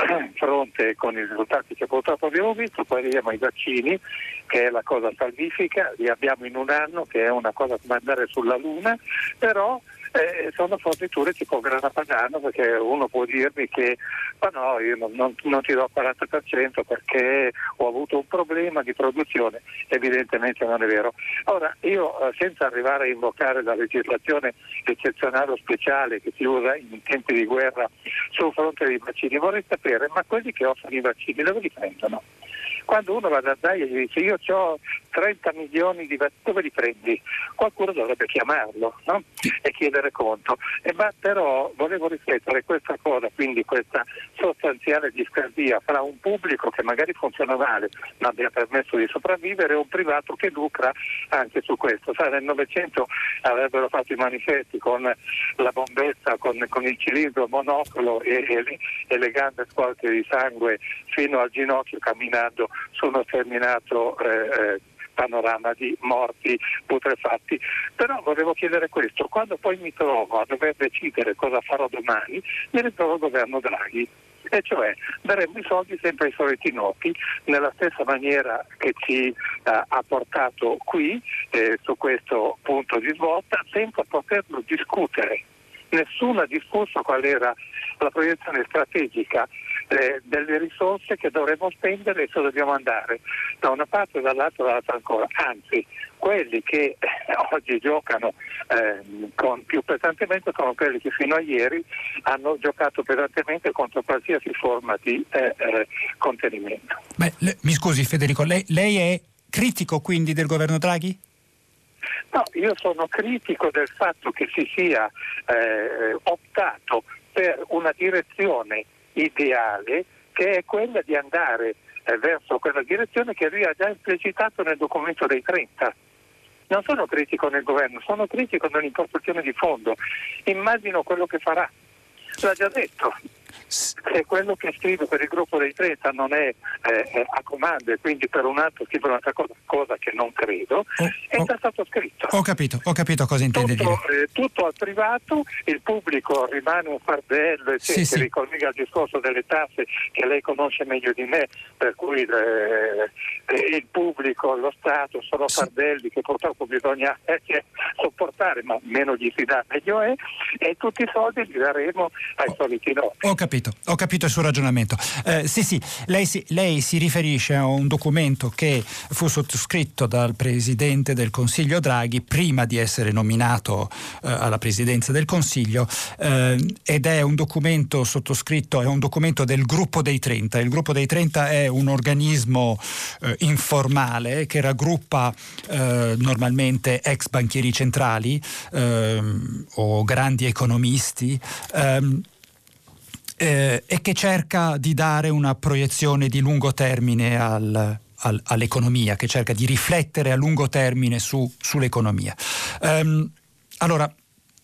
fronte con i risultati che purtroppo abbiamo visto. Poi arriviamo ai vaccini, che è la cosa salvifica, li abbiamo in un anno, che è una cosa come andare sulla Luna, però sono forniture tipo grana padano, perché uno può dirmi che ma no, io non ti do il 40% perché ho avuto un problema di produzione. Evidentemente non è vero. Ora io, senza arrivare a invocare la legislazione eccezionale o speciale che si usa in tempi di guerra sul fronte dei vaccini, vorrei sapere, ma quelli che offrono i vaccini dove li prendono? Quando uno va da DAI e gli dice io ho 30 milioni di vaccini, dove li prendi? Qualcuno dovrebbe chiamarlo, no? E chiedere conto. Ma però volevo riflettere questa cosa, quindi questa sostanziale discrasia fra un pubblico che magari funziona male ma abbia permesso di sopravvivere e un privato che lucra anche su questo. Sai, nel Novecento avrebbero fatto i manifesti con la bombetta, con il cilindro, il monocolo e le gambe sporche di sangue fino al ginocchio, camminando su uno sterminato panorama di morti putrefatti. Però volevo chiedere questo: quando poi mi trovo a dover decidere cosa farò domani, mi ritrovo al governo Draghi, e cioè daremo i soldi sempre ai soliti noti, nella stessa maniera che ci ha portato qui su questo punto di svolta, senza poterlo discutere. Nessuno ha discusso qual era la proiezione strategica delle risorse che dovremo spendere e se dobbiamo andare da una parte o dall'altra ancora. Anzi, quelli che oggi giocano con più pesantemente sono quelli che fino a ieri hanno giocato pesantemente contro qualsiasi forma di contenimento. Mi scusi Federico, lei è critico quindi del governo Draghi? No, io sono critico del fatto che si sia optato per una direzione ideale, che è quella di andare verso quella direzione che lui ha già esplicitato nel documento dei 30. Non sono critico nel governo, sono critico nell'impostazione di fondo. Immagino quello che farà. L'ha già detto. Se quello che scrive per il gruppo dei 30 non è a comando e quindi per un altro scrive un'altra cosa che non credo, è già stato scritto. Ho capito cosa intende dire. Tutto al privato, il pubblico rimane un fardello, e si ricollega al discorso delle tasse che lei conosce meglio di me, per cui il pubblico, lo Stato sono fardelli che purtroppo bisogna sopportare, ma meno gli si dà meglio è, e tutti i soldi li daremo ai soliti noti. Ho capito il suo ragionamento. Lei si riferisce a un documento che fu sottoscritto dal Presidente del Consiglio Draghi prima di essere nominato alla Presidenza del Consiglio, ed è un documento sottoscritto, è un documento del Gruppo dei 30. Il Gruppo dei 30 è un organismo informale che raggruppa normalmente ex banchieri centrali o grandi economisti, e che cerca di dare una proiezione di lungo termine all'economia, che cerca di riflettere a lungo termine sull'economia. Allora,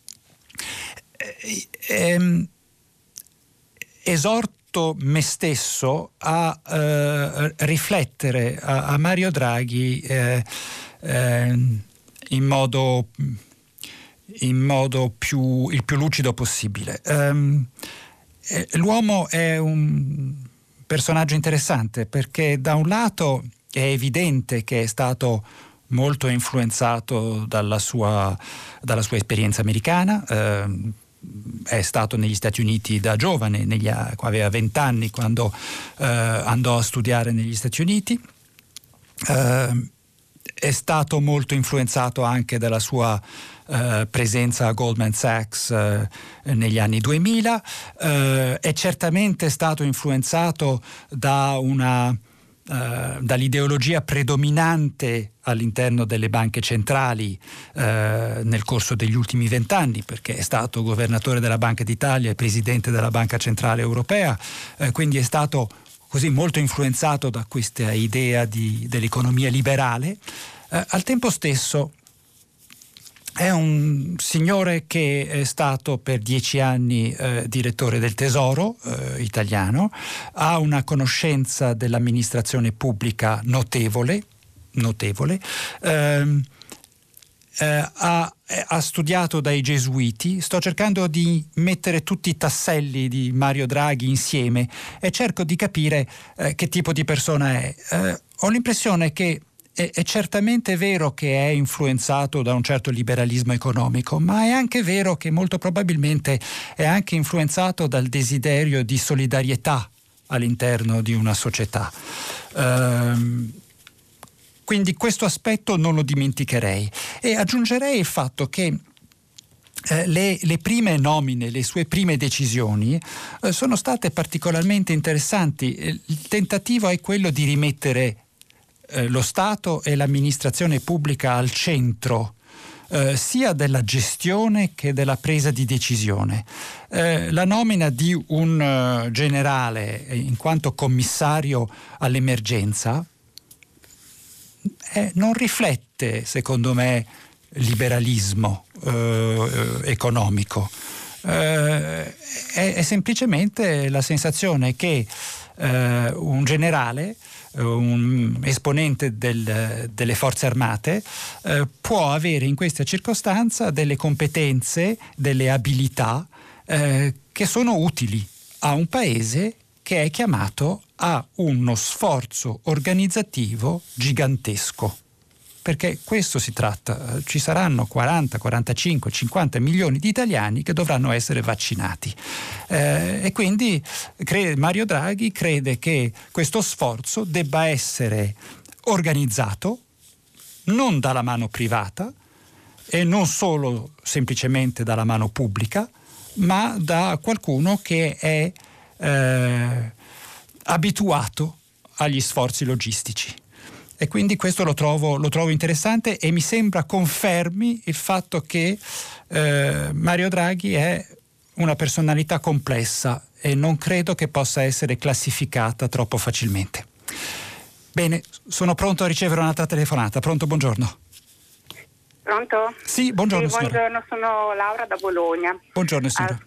esorto me stesso a riflettere a Mario Draghi in modo il più lucido possibile. L'uomo è un personaggio interessante perché da un lato è evidente che è stato molto influenzato dalla sua esperienza americana, è stato negli Stati Uniti da giovane, aveva 20 anni quando andò a studiare negli Stati Uniti, è stato molto influenzato anche dalla sua presenza a Goldman Sachs negli anni 2000, è certamente stato influenzato dall'ideologia predominante all'interno delle banche centrali nel corso degli ultimi 20 anni, perché è stato governatore della Banca d'Italia e presidente della Banca Centrale Europea, quindi è stato così molto influenzato da questa idea dell'economia liberale. Al tempo stesso è un signore che è stato per 10 anni direttore del Tesoro italiano, ha una conoscenza dell'amministrazione pubblica notevole, ha studiato dai gesuiti. Sto cercando di mettere tutti i tasselli di Mario Draghi insieme e cerco di capire che tipo di persona è. Ho l'impressione che è certamente vero che è influenzato da un certo liberalismo economico, ma è anche vero che molto probabilmente è anche influenzato dal desiderio di solidarietà all'interno di una società. Quindi questo aspetto non lo dimenticherei, e aggiungerei il fatto che le prime nomine, le sue prime decisioni sono state particolarmente interessanti. Il tentativo è quello di rimettere lo Stato e l'amministrazione pubblica al centro sia della gestione che della presa di decisione. La nomina di un generale in quanto commissario all'emergenza non riflette, secondo me, liberalismo economico. È semplicemente la sensazione che un generale, un esponente delle forze armate, può avere in questa circostanza delle competenze, delle abilità che sono utili a un paese che è chiamato a uno sforzo organizzativo gigantesco. Perché questo si tratta, ci saranno 40, 45, 50 milioni di italiani che dovranno essere vaccinati, e quindi Mario Draghi crede che questo sforzo debba essere organizzato non dalla mano privata e non solo semplicemente dalla mano pubblica, ma da qualcuno che è abituato agli sforzi logistici. E quindi questo lo trovo interessante, e mi sembra confermi il fatto che Mario Draghi è una personalità complessa e non credo che possa essere classificata troppo facilmente. Bene, sono pronto a ricevere un'altra telefonata. Pronto, buongiorno. Pronto? Sì, buongiorno. Sì, buongiorno, sono Laura da Bologna. Buongiorno signora.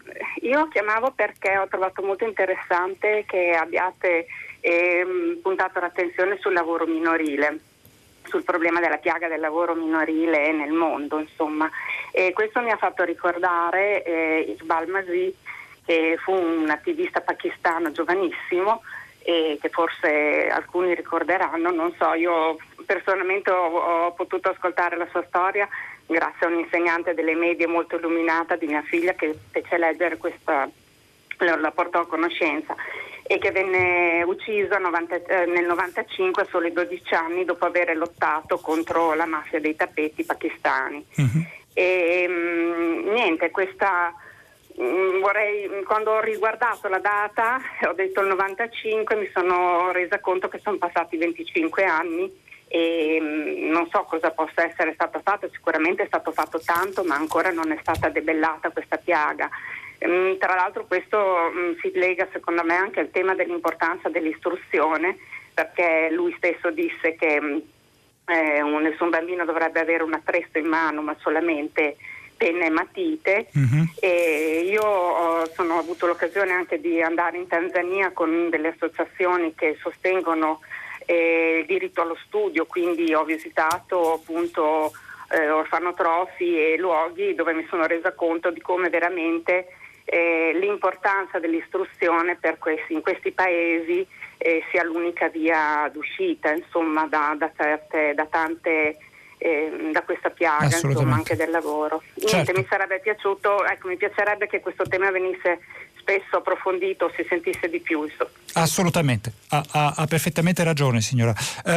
io chiamavo perché ho trovato molto interessante che abbiate puntato l'attenzione sul lavoro minorile, sul problema della piaga del lavoro minorile nel mondo, insomma. E questo mi ha fatto ricordare Iqbal Masih, che fu un attivista pakistano giovanissimo, e che forse alcuni ricorderanno, non so, io personalmente ho potuto ascoltare la sua storia grazie a un insegnante delle medie molto illuminata di mia figlia, che fece leggere questa, la portò a conoscenza, e che venne ucciso nel 95 a soli 12 anni dopo aver lottato contro la mafia dei tappeti pakistani. E niente, questa quando ho riguardato la data, ho detto il 95, mi sono resa conto che sono passati 25 anni e non so cosa possa essere stato fatto. Sicuramente è stato fatto tanto, ma ancora non è stata debellata questa piaga. Tra l'altro questo si lega secondo me anche al tema dell'importanza dell'istruzione, perché lui stesso disse che nessun bambino dovrebbe avere un attrezzo in mano, ma solamente penne e matite. E io ho avuto l'occasione anche di andare in Tanzania con delle associazioni che sostengono il diritto allo studio, quindi ho visitato appunto orfanotrofi e luoghi dove mi sono resa conto di come veramente l'importanza dell'istruzione in questi paesi sia l'unica via d'uscita, insomma, da questa piaga, insomma, anche del lavoro. Niente, mi sarebbe piaciuto, mi piacerebbe che questo tema venisse spesso approfondito, si sentisse di più. Assolutamente, ha perfettamente ragione, signora.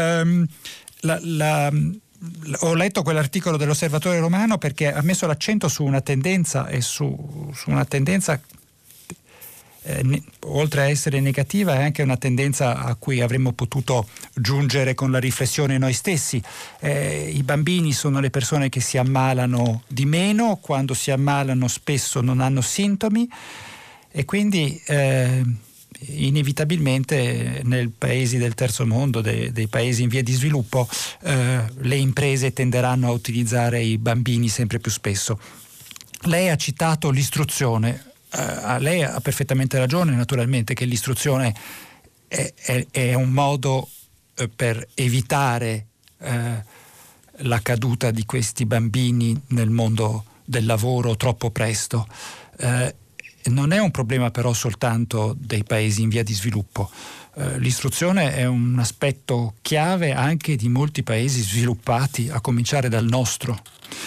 Ho letto quell'articolo dell'Osservatore Romano perché ha messo l'accento su una tendenza oltre a essere negativa è anche una tendenza a cui avremmo potuto giungere con la riflessione noi stessi. I bambini sono le persone che si ammalano di meno, quando si ammalano spesso non hanno sintomi e quindi inevitabilmente nei paesi del terzo mondo, dei paesi in via di sviluppo, le imprese tenderanno a utilizzare i bambini sempre più spesso. Lei ha citato l'istruzione. Lei ha perfettamente ragione, naturalmente, che l'istruzione è un modo per evitare la caduta di questi bambini nel mondo del lavoro troppo presto. Non è un problema però soltanto dei paesi in via di sviluppo. L'istruzione è un aspetto chiave anche di molti paesi sviluppati, a cominciare dal nostro.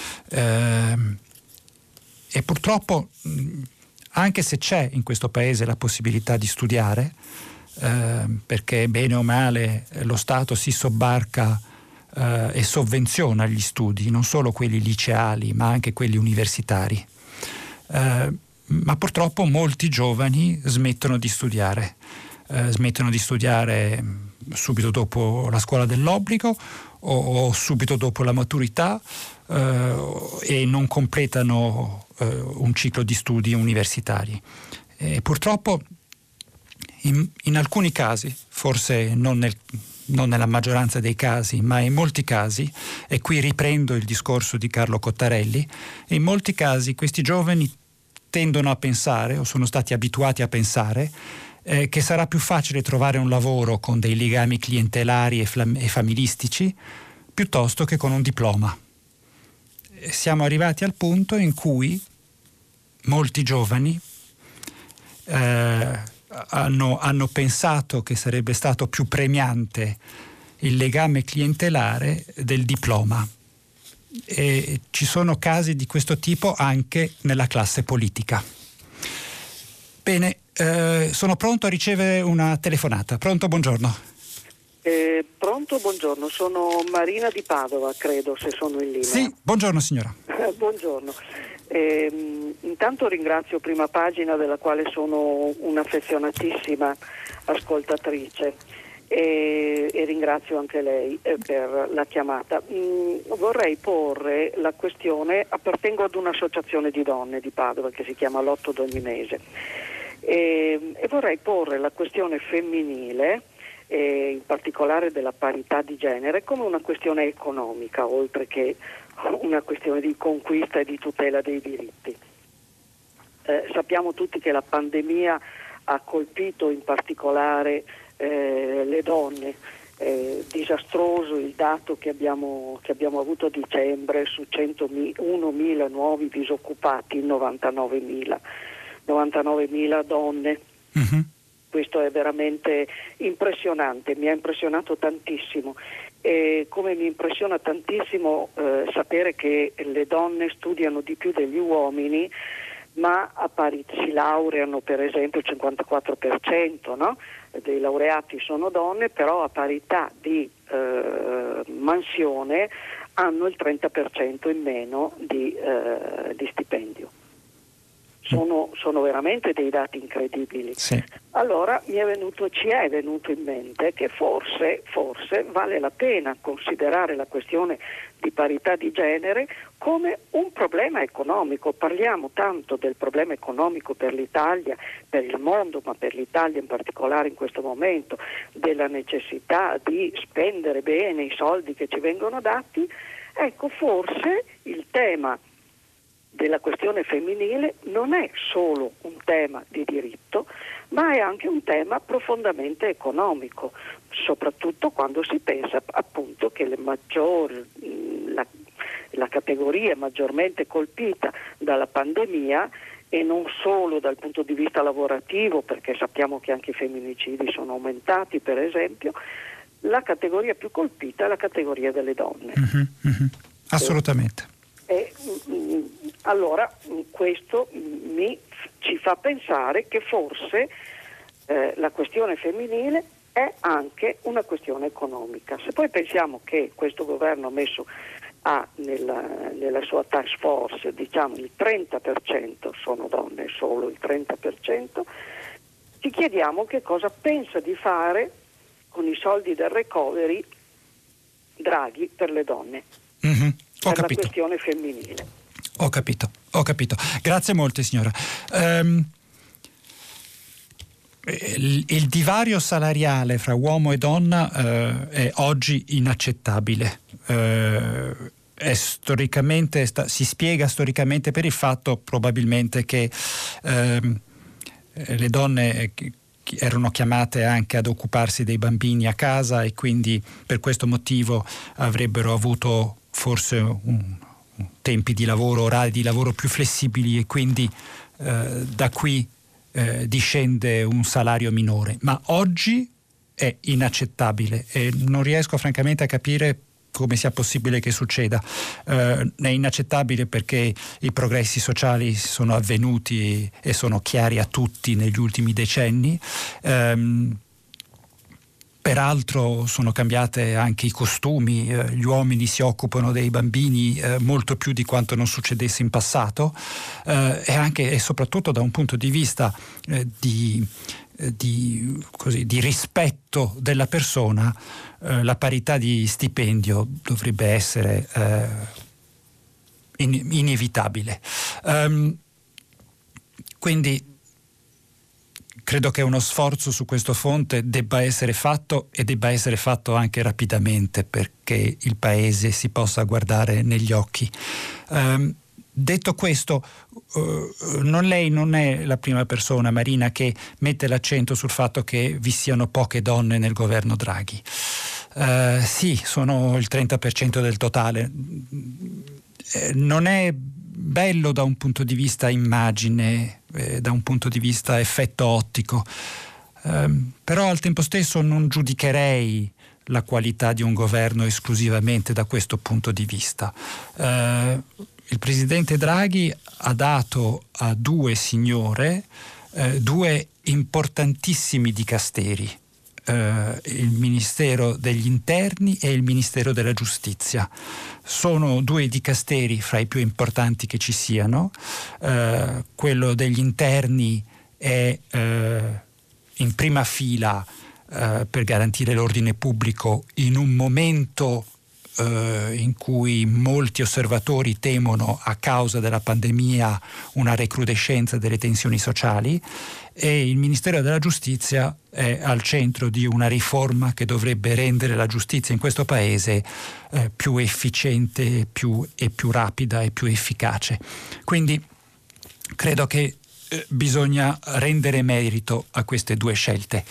E purtroppo, anche se c'è in questo paese la possibilità di studiare, perché bene o male lo Stato si sobbarca e sovvenziona gli studi, non solo quelli liceali ma anche quelli universitari, ma purtroppo molti giovani smettono di studiare subito dopo la scuola dell'obbligo o subito dopo la maturità, e non completano un ciclo di studi universitari. E purtroppo in alcuni casi, forse non nella maggioranza dei casi, ma in molti casi, e qui riprendo il discorso di Carlo Cottarelli, in molti casi questi giovani tendono a pensare, o sono stati abituati a pensare, che sarà più facile trovare un lavoro con dei legami clientelari e familistici piuttosto che con un diploma. Siamo arrivati al punto in cui molti giovani hanno pensato che sarebbe stato più premiante il legame clientelare del diploma. E ci sono casi di questo tipo anche nella classe politica. Bene, sono pronto a ricevere una telefonata. Pronto, buongiorno. Pronto, buongiorno, sono Marina di Padova, credo, se sono in linea. Sì, buongiorno signora. Buongiorno. Intanto ringrazio Prima Pagina, della quale sono un'affezionatissima ascoltatrice, e ringrazio anche lei per la chiamata. Vorrei porre la questione, appartengo ad un'associazione di donne di Padova che si chiama Lotto d'ogni mese, e vorrei porre la questione femminile, in particolare della parità di genere, come una questione economica, oltre che una questione di conquista e di tutela dei diritti. Sappiamo tutti che la pandemia ha colpito in particolare le donne. Disastroso il dato che abbiamo avuto a dicembre: su 101.000 nuovi disoccupati, 99.000 donne. Mm-hmm. Questo è veramente impressionante, mi ha impressionato tantissimo. Come mi impressiona tantissimo sapere che le donne studiano di più degli uomini, ma si laureano, per esempio, il 54%, no? Dei laureati sono donne, però a parità di mansione hanno il 30% in meno di stipendio. Sono veramente dei dati incredibili. Sì. Allora ci è venuto in mente che forse vale la pena considerare la questione di parità di genere come un problema economico. Parliamo tanto del problema economico per l'Italia, per il mondo, ma per l'Italia in particolare in questo momento, della necessità di spendere bene i soldi che ci vengono dati. Ecco, forse il tema della questione femminile non è solo un tema di diritto, ma è anche un tema profondamente economico, soprattutto quando si pensa appunto che la categoria maggiormente colpita dalla pandemia, e non solo dal punto di vista lavorativo, perché sappiamo che anche i femminicidi sono aumentati, per esempio, la categoria più colpita è la categoria delle donne. Mm-hmm, mm-hmm. Assolutamente. Allora questo ci fa pensare che forse la questione femminile è anche una questione economica. Se poi pensiamo che questo governo ha nella sua task force, diciamo, il 30% sono donne, solo il 30%, ci chiediamo che cosa pensa di fare con i soldi del recovery Draghi per le donne. Mm-hmm. Per la questione femminile. Ho capito. Grazie molte, signora. Il divario salariale fra uomo e donna è oggi inaccettabile. È storicamente, si spiega storicamente per il fatto probabilmente che le donne erano chiamate anche ad occuparsi dei bambini a casa e quindi per questo motivo avrebbero avuto forse tempi di lavoro, orari di lavoro più flessibili e quindi da qui discende un salario minore. Ma oggi è inaccettabile e non riesco francamente a capire come sia possibile che succeda. È inaccettabile perché i progressi sociali sono avvenuti e sono chiari a tutti negli ultimi decenni. Peraltro sono cambiate anche i costumi, gli uomini si occupano dei bambini molto più di quanto non succedesse in passato e anche e soprattutto da un punto di vista di rispetto della persona, la parità di stipendio dovrebbe essere inevitabile. Quindi credo che uno sforzo su questo fronte debba essere fatto e debba essere fatto anche rapidamente perché il Paese si possa guardare negli occhi. Detto questo, lei non è la prima persona, Marina, che mette l'accento sul fatto che vi siano poche donne nel governo Draghi. Sì, sono il 30% del totale. Non è bello da un punto di vista immagine, da un punto di vista effetto ottico, però al tempo stesso non giudicherei la qualità di un governo esclusivamente da questo punto di vista. Il presidente Draghi ha dato a due signore due importantissimi dicasteri, il Ministero degli Interni e il Ministero della Giustizia. Sono due dicasteri fra i più importanti che ci siano. Quello degli Interni è in prima fila per garantire l'ordine pubblico in un momento in cui molti osservatori temono a causa della pandemia una recrudescenza delle tensioni sociali, e il Ministero della Giustizia è al centro di una riforma che dovrebbe rendere la giustizia in questo Paese più efficiente, più rapida e più efficace. Quindi credo che bisogna rendere merito a queste due scelte.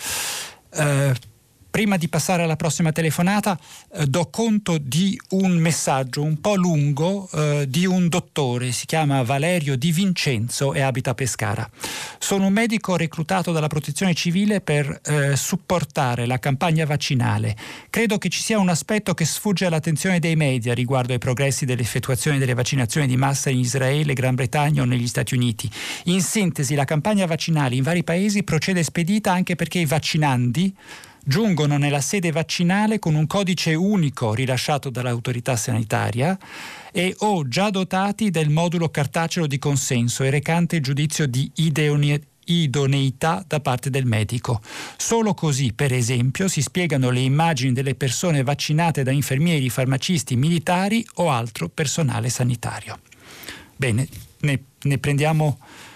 Prima di passare alla prossima telefonata, do conto di un messaggio un po' lungo di un dottore, si chiama Valerio Di Vincenzo e abita a Pescara. Sono un medico reclutato dalla Protezione Civile per supportare la campagna vaccinale. Credo che ci sia un aspetto che sfugge all'attenzione dei media riguardo ai progressi dell'effettuazione delle vaccinazioni di massa in Israele, Gran Bretagna o negli Stati Uniti. In sintesi, la campagna vaccinale in vari paesi procede spedita anche perché i vaccinandi giungono nella sede vaccinale con un codice unico rilasciato dall'autorità sanitaria e o già dotati del modulo cartaceo di consenso e recante il giudizio di idoneità da parte del medico. Solo così, per esempio, si spiegano le immagini delle persone vaccinate da infermieri, farmacisti, militari o altro personale sanitario. Bene, ne prendiamo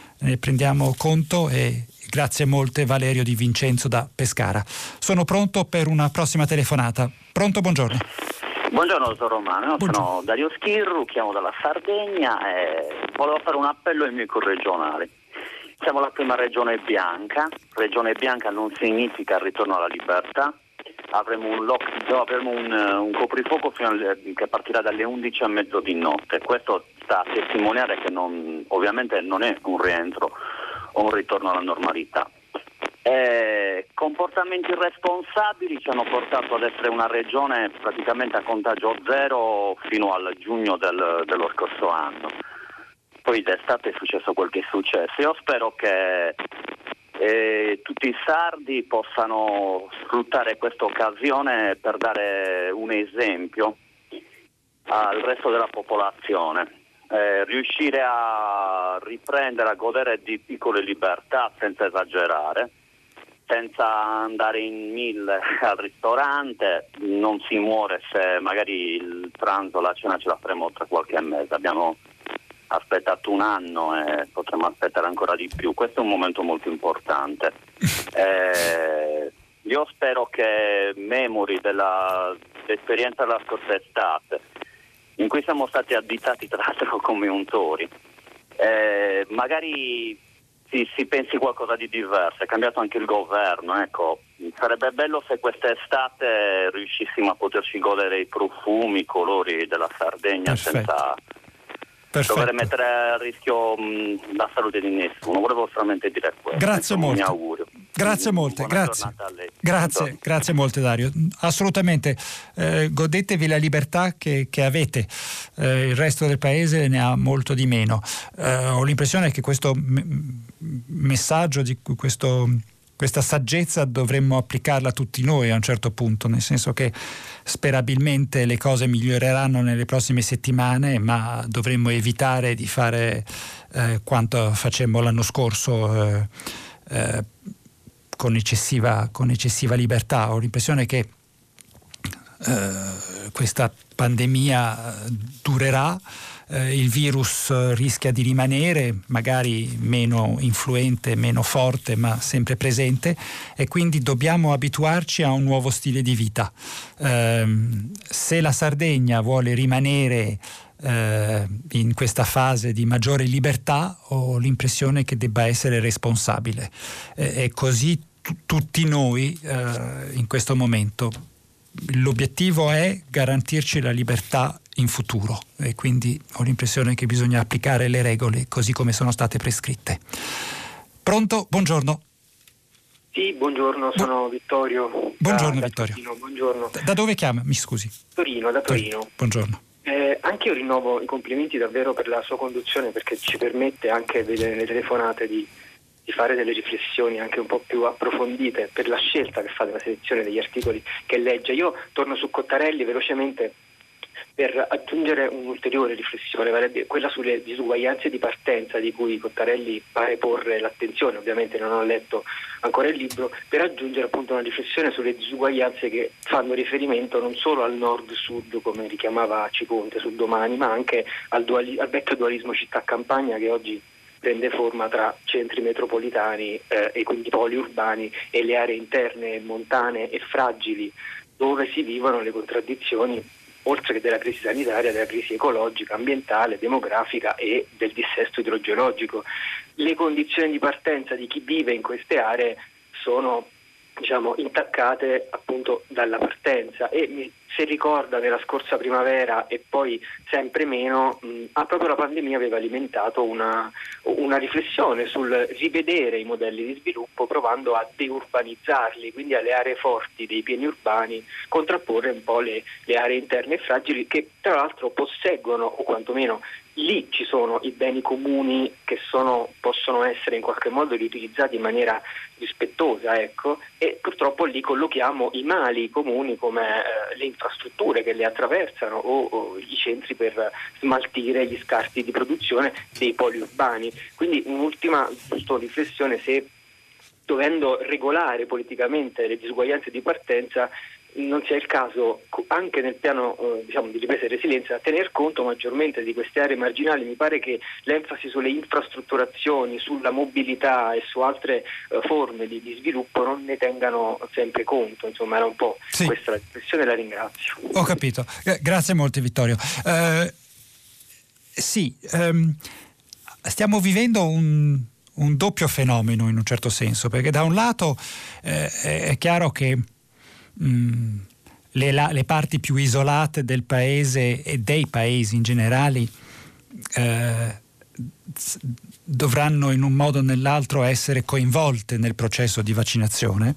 conto e grazie molte Valerio Di Vincenzo da Pescara. Sono pronto per una prossima telefonata. Pronto, buongiorno. Buongiorno dottor Romano, sono Dario Schirru, chiamo dalla Sardegna e volevo fare un appello ai miei corregionali. Siamo la prima regione bianca non significa il ritorno alla libertà, avremo un coprifuoco che partirà dalle 11 a mezzo di notte. Questo sta a testimoniare che ovviamente non è un rientro o un ritorno alla normalità. Comportamenti irresponsabili ci hanno portato ad essere una regione praticamente a contagio zero fino al giugno dello scorso anno. Poi d'estate è successo quel che è successo. Io spero che tutti i sardi possano sfruttare questa occasione per dare un esempio al resto della popolazione. Riuscire a riprendere a godere di piccole libertà senza esagerare, senza andare in 1000 al ristorante. Non si muore se magari il pranzo, la cena ce la faremo tra qualche mese. Abbiamo aspettato un anno e potremo aspettare ancora di più. Questo è un momento molto importante. Io spero che memori dell'esperienza della scorsa estate, in cui siamo stati additati tra l'altro come untori, magari si pensi qualcosa di diverso. È cambiato anche il governo, ecco. Sarebbe bello se quest'estate riuscissimo a poterci godere i profumi, i colori della Sardegna. Perfetto. Senza dover mettere a rischio la salute di nessuno. Volevo solamente dire questo. Grazie molto. Mi augurio. Grazie molte, grazie molte Dario. Assolutamente, godetevi la libertà che avete, il resto del paese ne ha molto di meno. Ho l'impressione che questo messaggio, di questa saggezza dovremmo applicarla tutti noi a un certo punto, nel senso che sperabilmente le cose miglioreranno nelle prossime settimane, ma dovremmo evitare di fare quanto facemmo l'anno scorso, con eccessiva libertà. Ho l'impressione che questa pandemia durerà, il virus rischia di rimanere, magari meno influente, meno forte, ma sempre presente, e quindi dobbiamo abituarci a un nuovo stile di vita. Se la Sardegna vuole rimanere in questa fase di maggiore libertà, ho l'impressione che debba essere responsabile, e così tutti noi in questo momento. L'obiettivo è garantirci la libertà in futuro, e quindi ho l'impressione che bisogna applicare le regole così come sono state prescritte. Pronto? Buongiorno. Sì, buongiorno, sono Vittorio. Buongiorno Vittorio. Torino, buongiorno. Da dove chiama? Mi scusi. Da Torino. Buongiorno. Anche io rinnovo i complimenti davvero per la sua conduzione, perché ci permette anche nelle telefonate di fare delle riflessioni anche un po' più approfondite per la scelta che fa della selezione degli articoli che legge. Io torno su Cottarelli velocemente per aggiungere un'ulteriore riflessione, vale a dire quella sulle disuguaglianze di partenza di cui Cottarelli pare porre l'attenzione. Ovviamente non ho letto ancora il libro, per aggiungere appunto una riflessione sulle disuguaglianze che fanno riferimento non solo al nord-sud, come richiamava Ciponte su Domani, ma anche al vecchio dualismo città-campagna che oggi prende forma tra centri metropolitani e quindi poli urbani e le aree interne, montane e fragili, dove si vivono le contraddizioni oltre che della crisi sanitaria, della crisi ecologica, ambientale, demografica e del dissesto idrogeologico. Le condizioni di partenza di chi vive in queste aree sono, diciamo, intaccate appunto dalla partenza, e se ricorda nella scorsa primavera e poi sempre meno, proprio la pandemia aveva alimentato una riflessione sul rivedere i modelli di sviluppo, provando a deurbanizzarli, quindi alle aree forti dei piani urbani contrapporre un po' le aree interne e fragili, che tra l'altro posseggono, o quantomeno lì ci sono i beni comuni che possono essere in qualche modo riutilizzati in maniera rispettosa, ecco, e purtroppo lì collochiamo i mali comuni come le infrastrutture che le attraversano o i centri per smaltire gli scarti di produzione dei poli urbani. Quindi un'ultima riflessione: se dovendo regolare politicamente le disuguaglianze di partenza, non sia il caso, anche nel piano di ripresa e resilienza, tener conto maggiormente di queste aree marginali. Mi pare che l'enfasi sulle infrastrutturazioni, sulla mobilità e su altre forme di sviluppo non ne tengano sempre conto. Insomma, era un po' questa la riflessione. La ringrazio. Ho capito, grazie molto Vittorio. Stiamo vivendo un doppio fenomeno in un certo senso, perché da un lato è chiaro che le parti più isolate del paese e dei paesi in generale dovranno in un modo o nell'altro essere coinvolte nel processo di vaccinazione,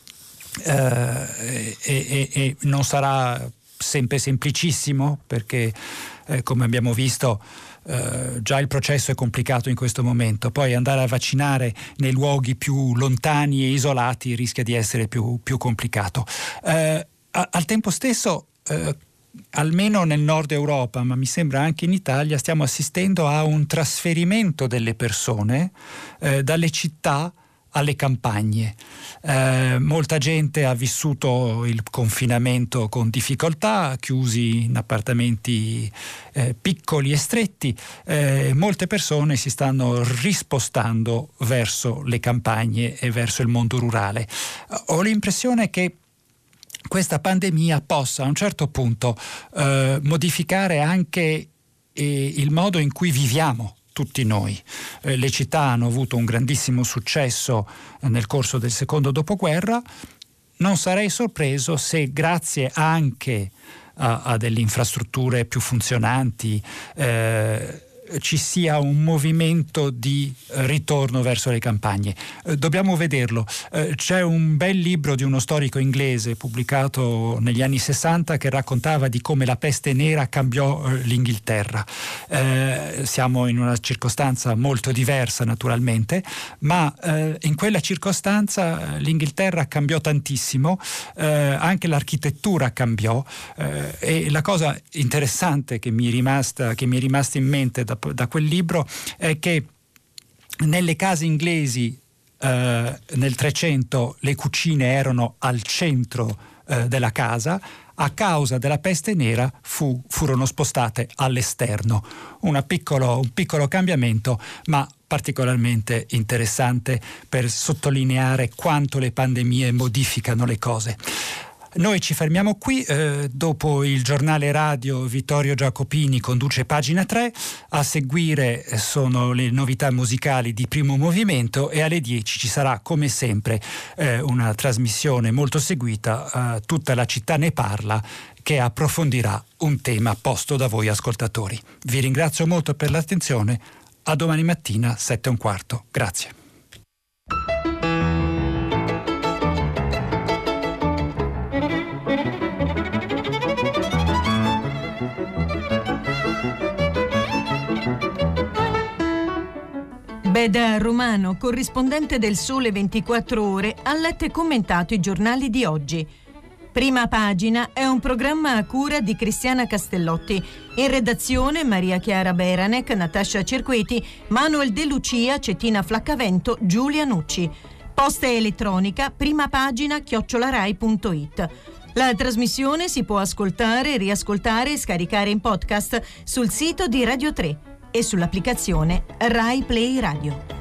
e non sarà sempre semplicissimo, perché come abbiamo visto già il processo è complicato in questo momento. Poi andare a vaccinare nei luoghi più lontani e isolati rischia di essere più complicato. Al tempo stesso, almeno nel nord Europa, ma mi sembra anche in Italia, stiamo assistendo a un trasferimento delle persone dalle città alle campagne. Molta gente ha vissuto il confinamento con difficoltà, chiusi in appartamenti piccoli e stretti. Molte persone si stanno rispostando verso le campagne e verso il mondo rurale. Ho l'impressione che questa pandemia possa a un certo punto modificare anche il modo in cui viviamo tutti noi. Le città hanno avuto un grandissimo successo nel corso del secondo dopoguerra. Non sarei sorpreso se, grazie anche a delle infrastrutture più funzionanti, ci sia un movimento di ritorno verso le campagne. Dobbiamo vederlo. C'è un bel libro di uno storico inglese pubblicato negli anni 60 che raccontava di come la peste nera cambiò l'Inghilterra. Siamo in una circostanza molto diversa naturalmente, ma in quella circostanza l'Inghilterra cambiò tantissimo, anche l'architettura cambiò, e la cosa interessante che mi è rimasta in mente da quel libro è che nelle case inglesi nel 300 le cucine erano al centro della casa. A causa della peste nera furono spostate all'esterno. Un piccolo cambiamento, ma particolarmente interessante per sottolineare quanto le pandemie modificano le cose. Noi ci fermiamo qui, dopo il giornale radio Vittorio Giacopini conduce Pagina 3, a seguire sono le novità musicali di Primo Movimento e alle 10 ci sarà come sempre una trasmissione molto seguita, Tutta la città ne parla, che approfondirà un tema posto da voi ascoltatori. Vi ringrazio molto per l'attenzione, a domani mattina 7:15. Grazie. Beda Romano, corrispondente del Sole 24 Ore, ha letto e commentato i giornali di oggi. Prima Pagina è un programma a cura di Cristiana Castellotti. In redazione Maria Chiara Beranec, Natascia Cerqueti, Manuel De Lucia, Cettina Flaccavento, Giulia Nucci. Posta elettronica primapagina@rai.it. La trasmissione si può ascoltare, riascoltare e scaricare in podcast sul sito di Radio 3 e sull'applicazione Rai Play Radio.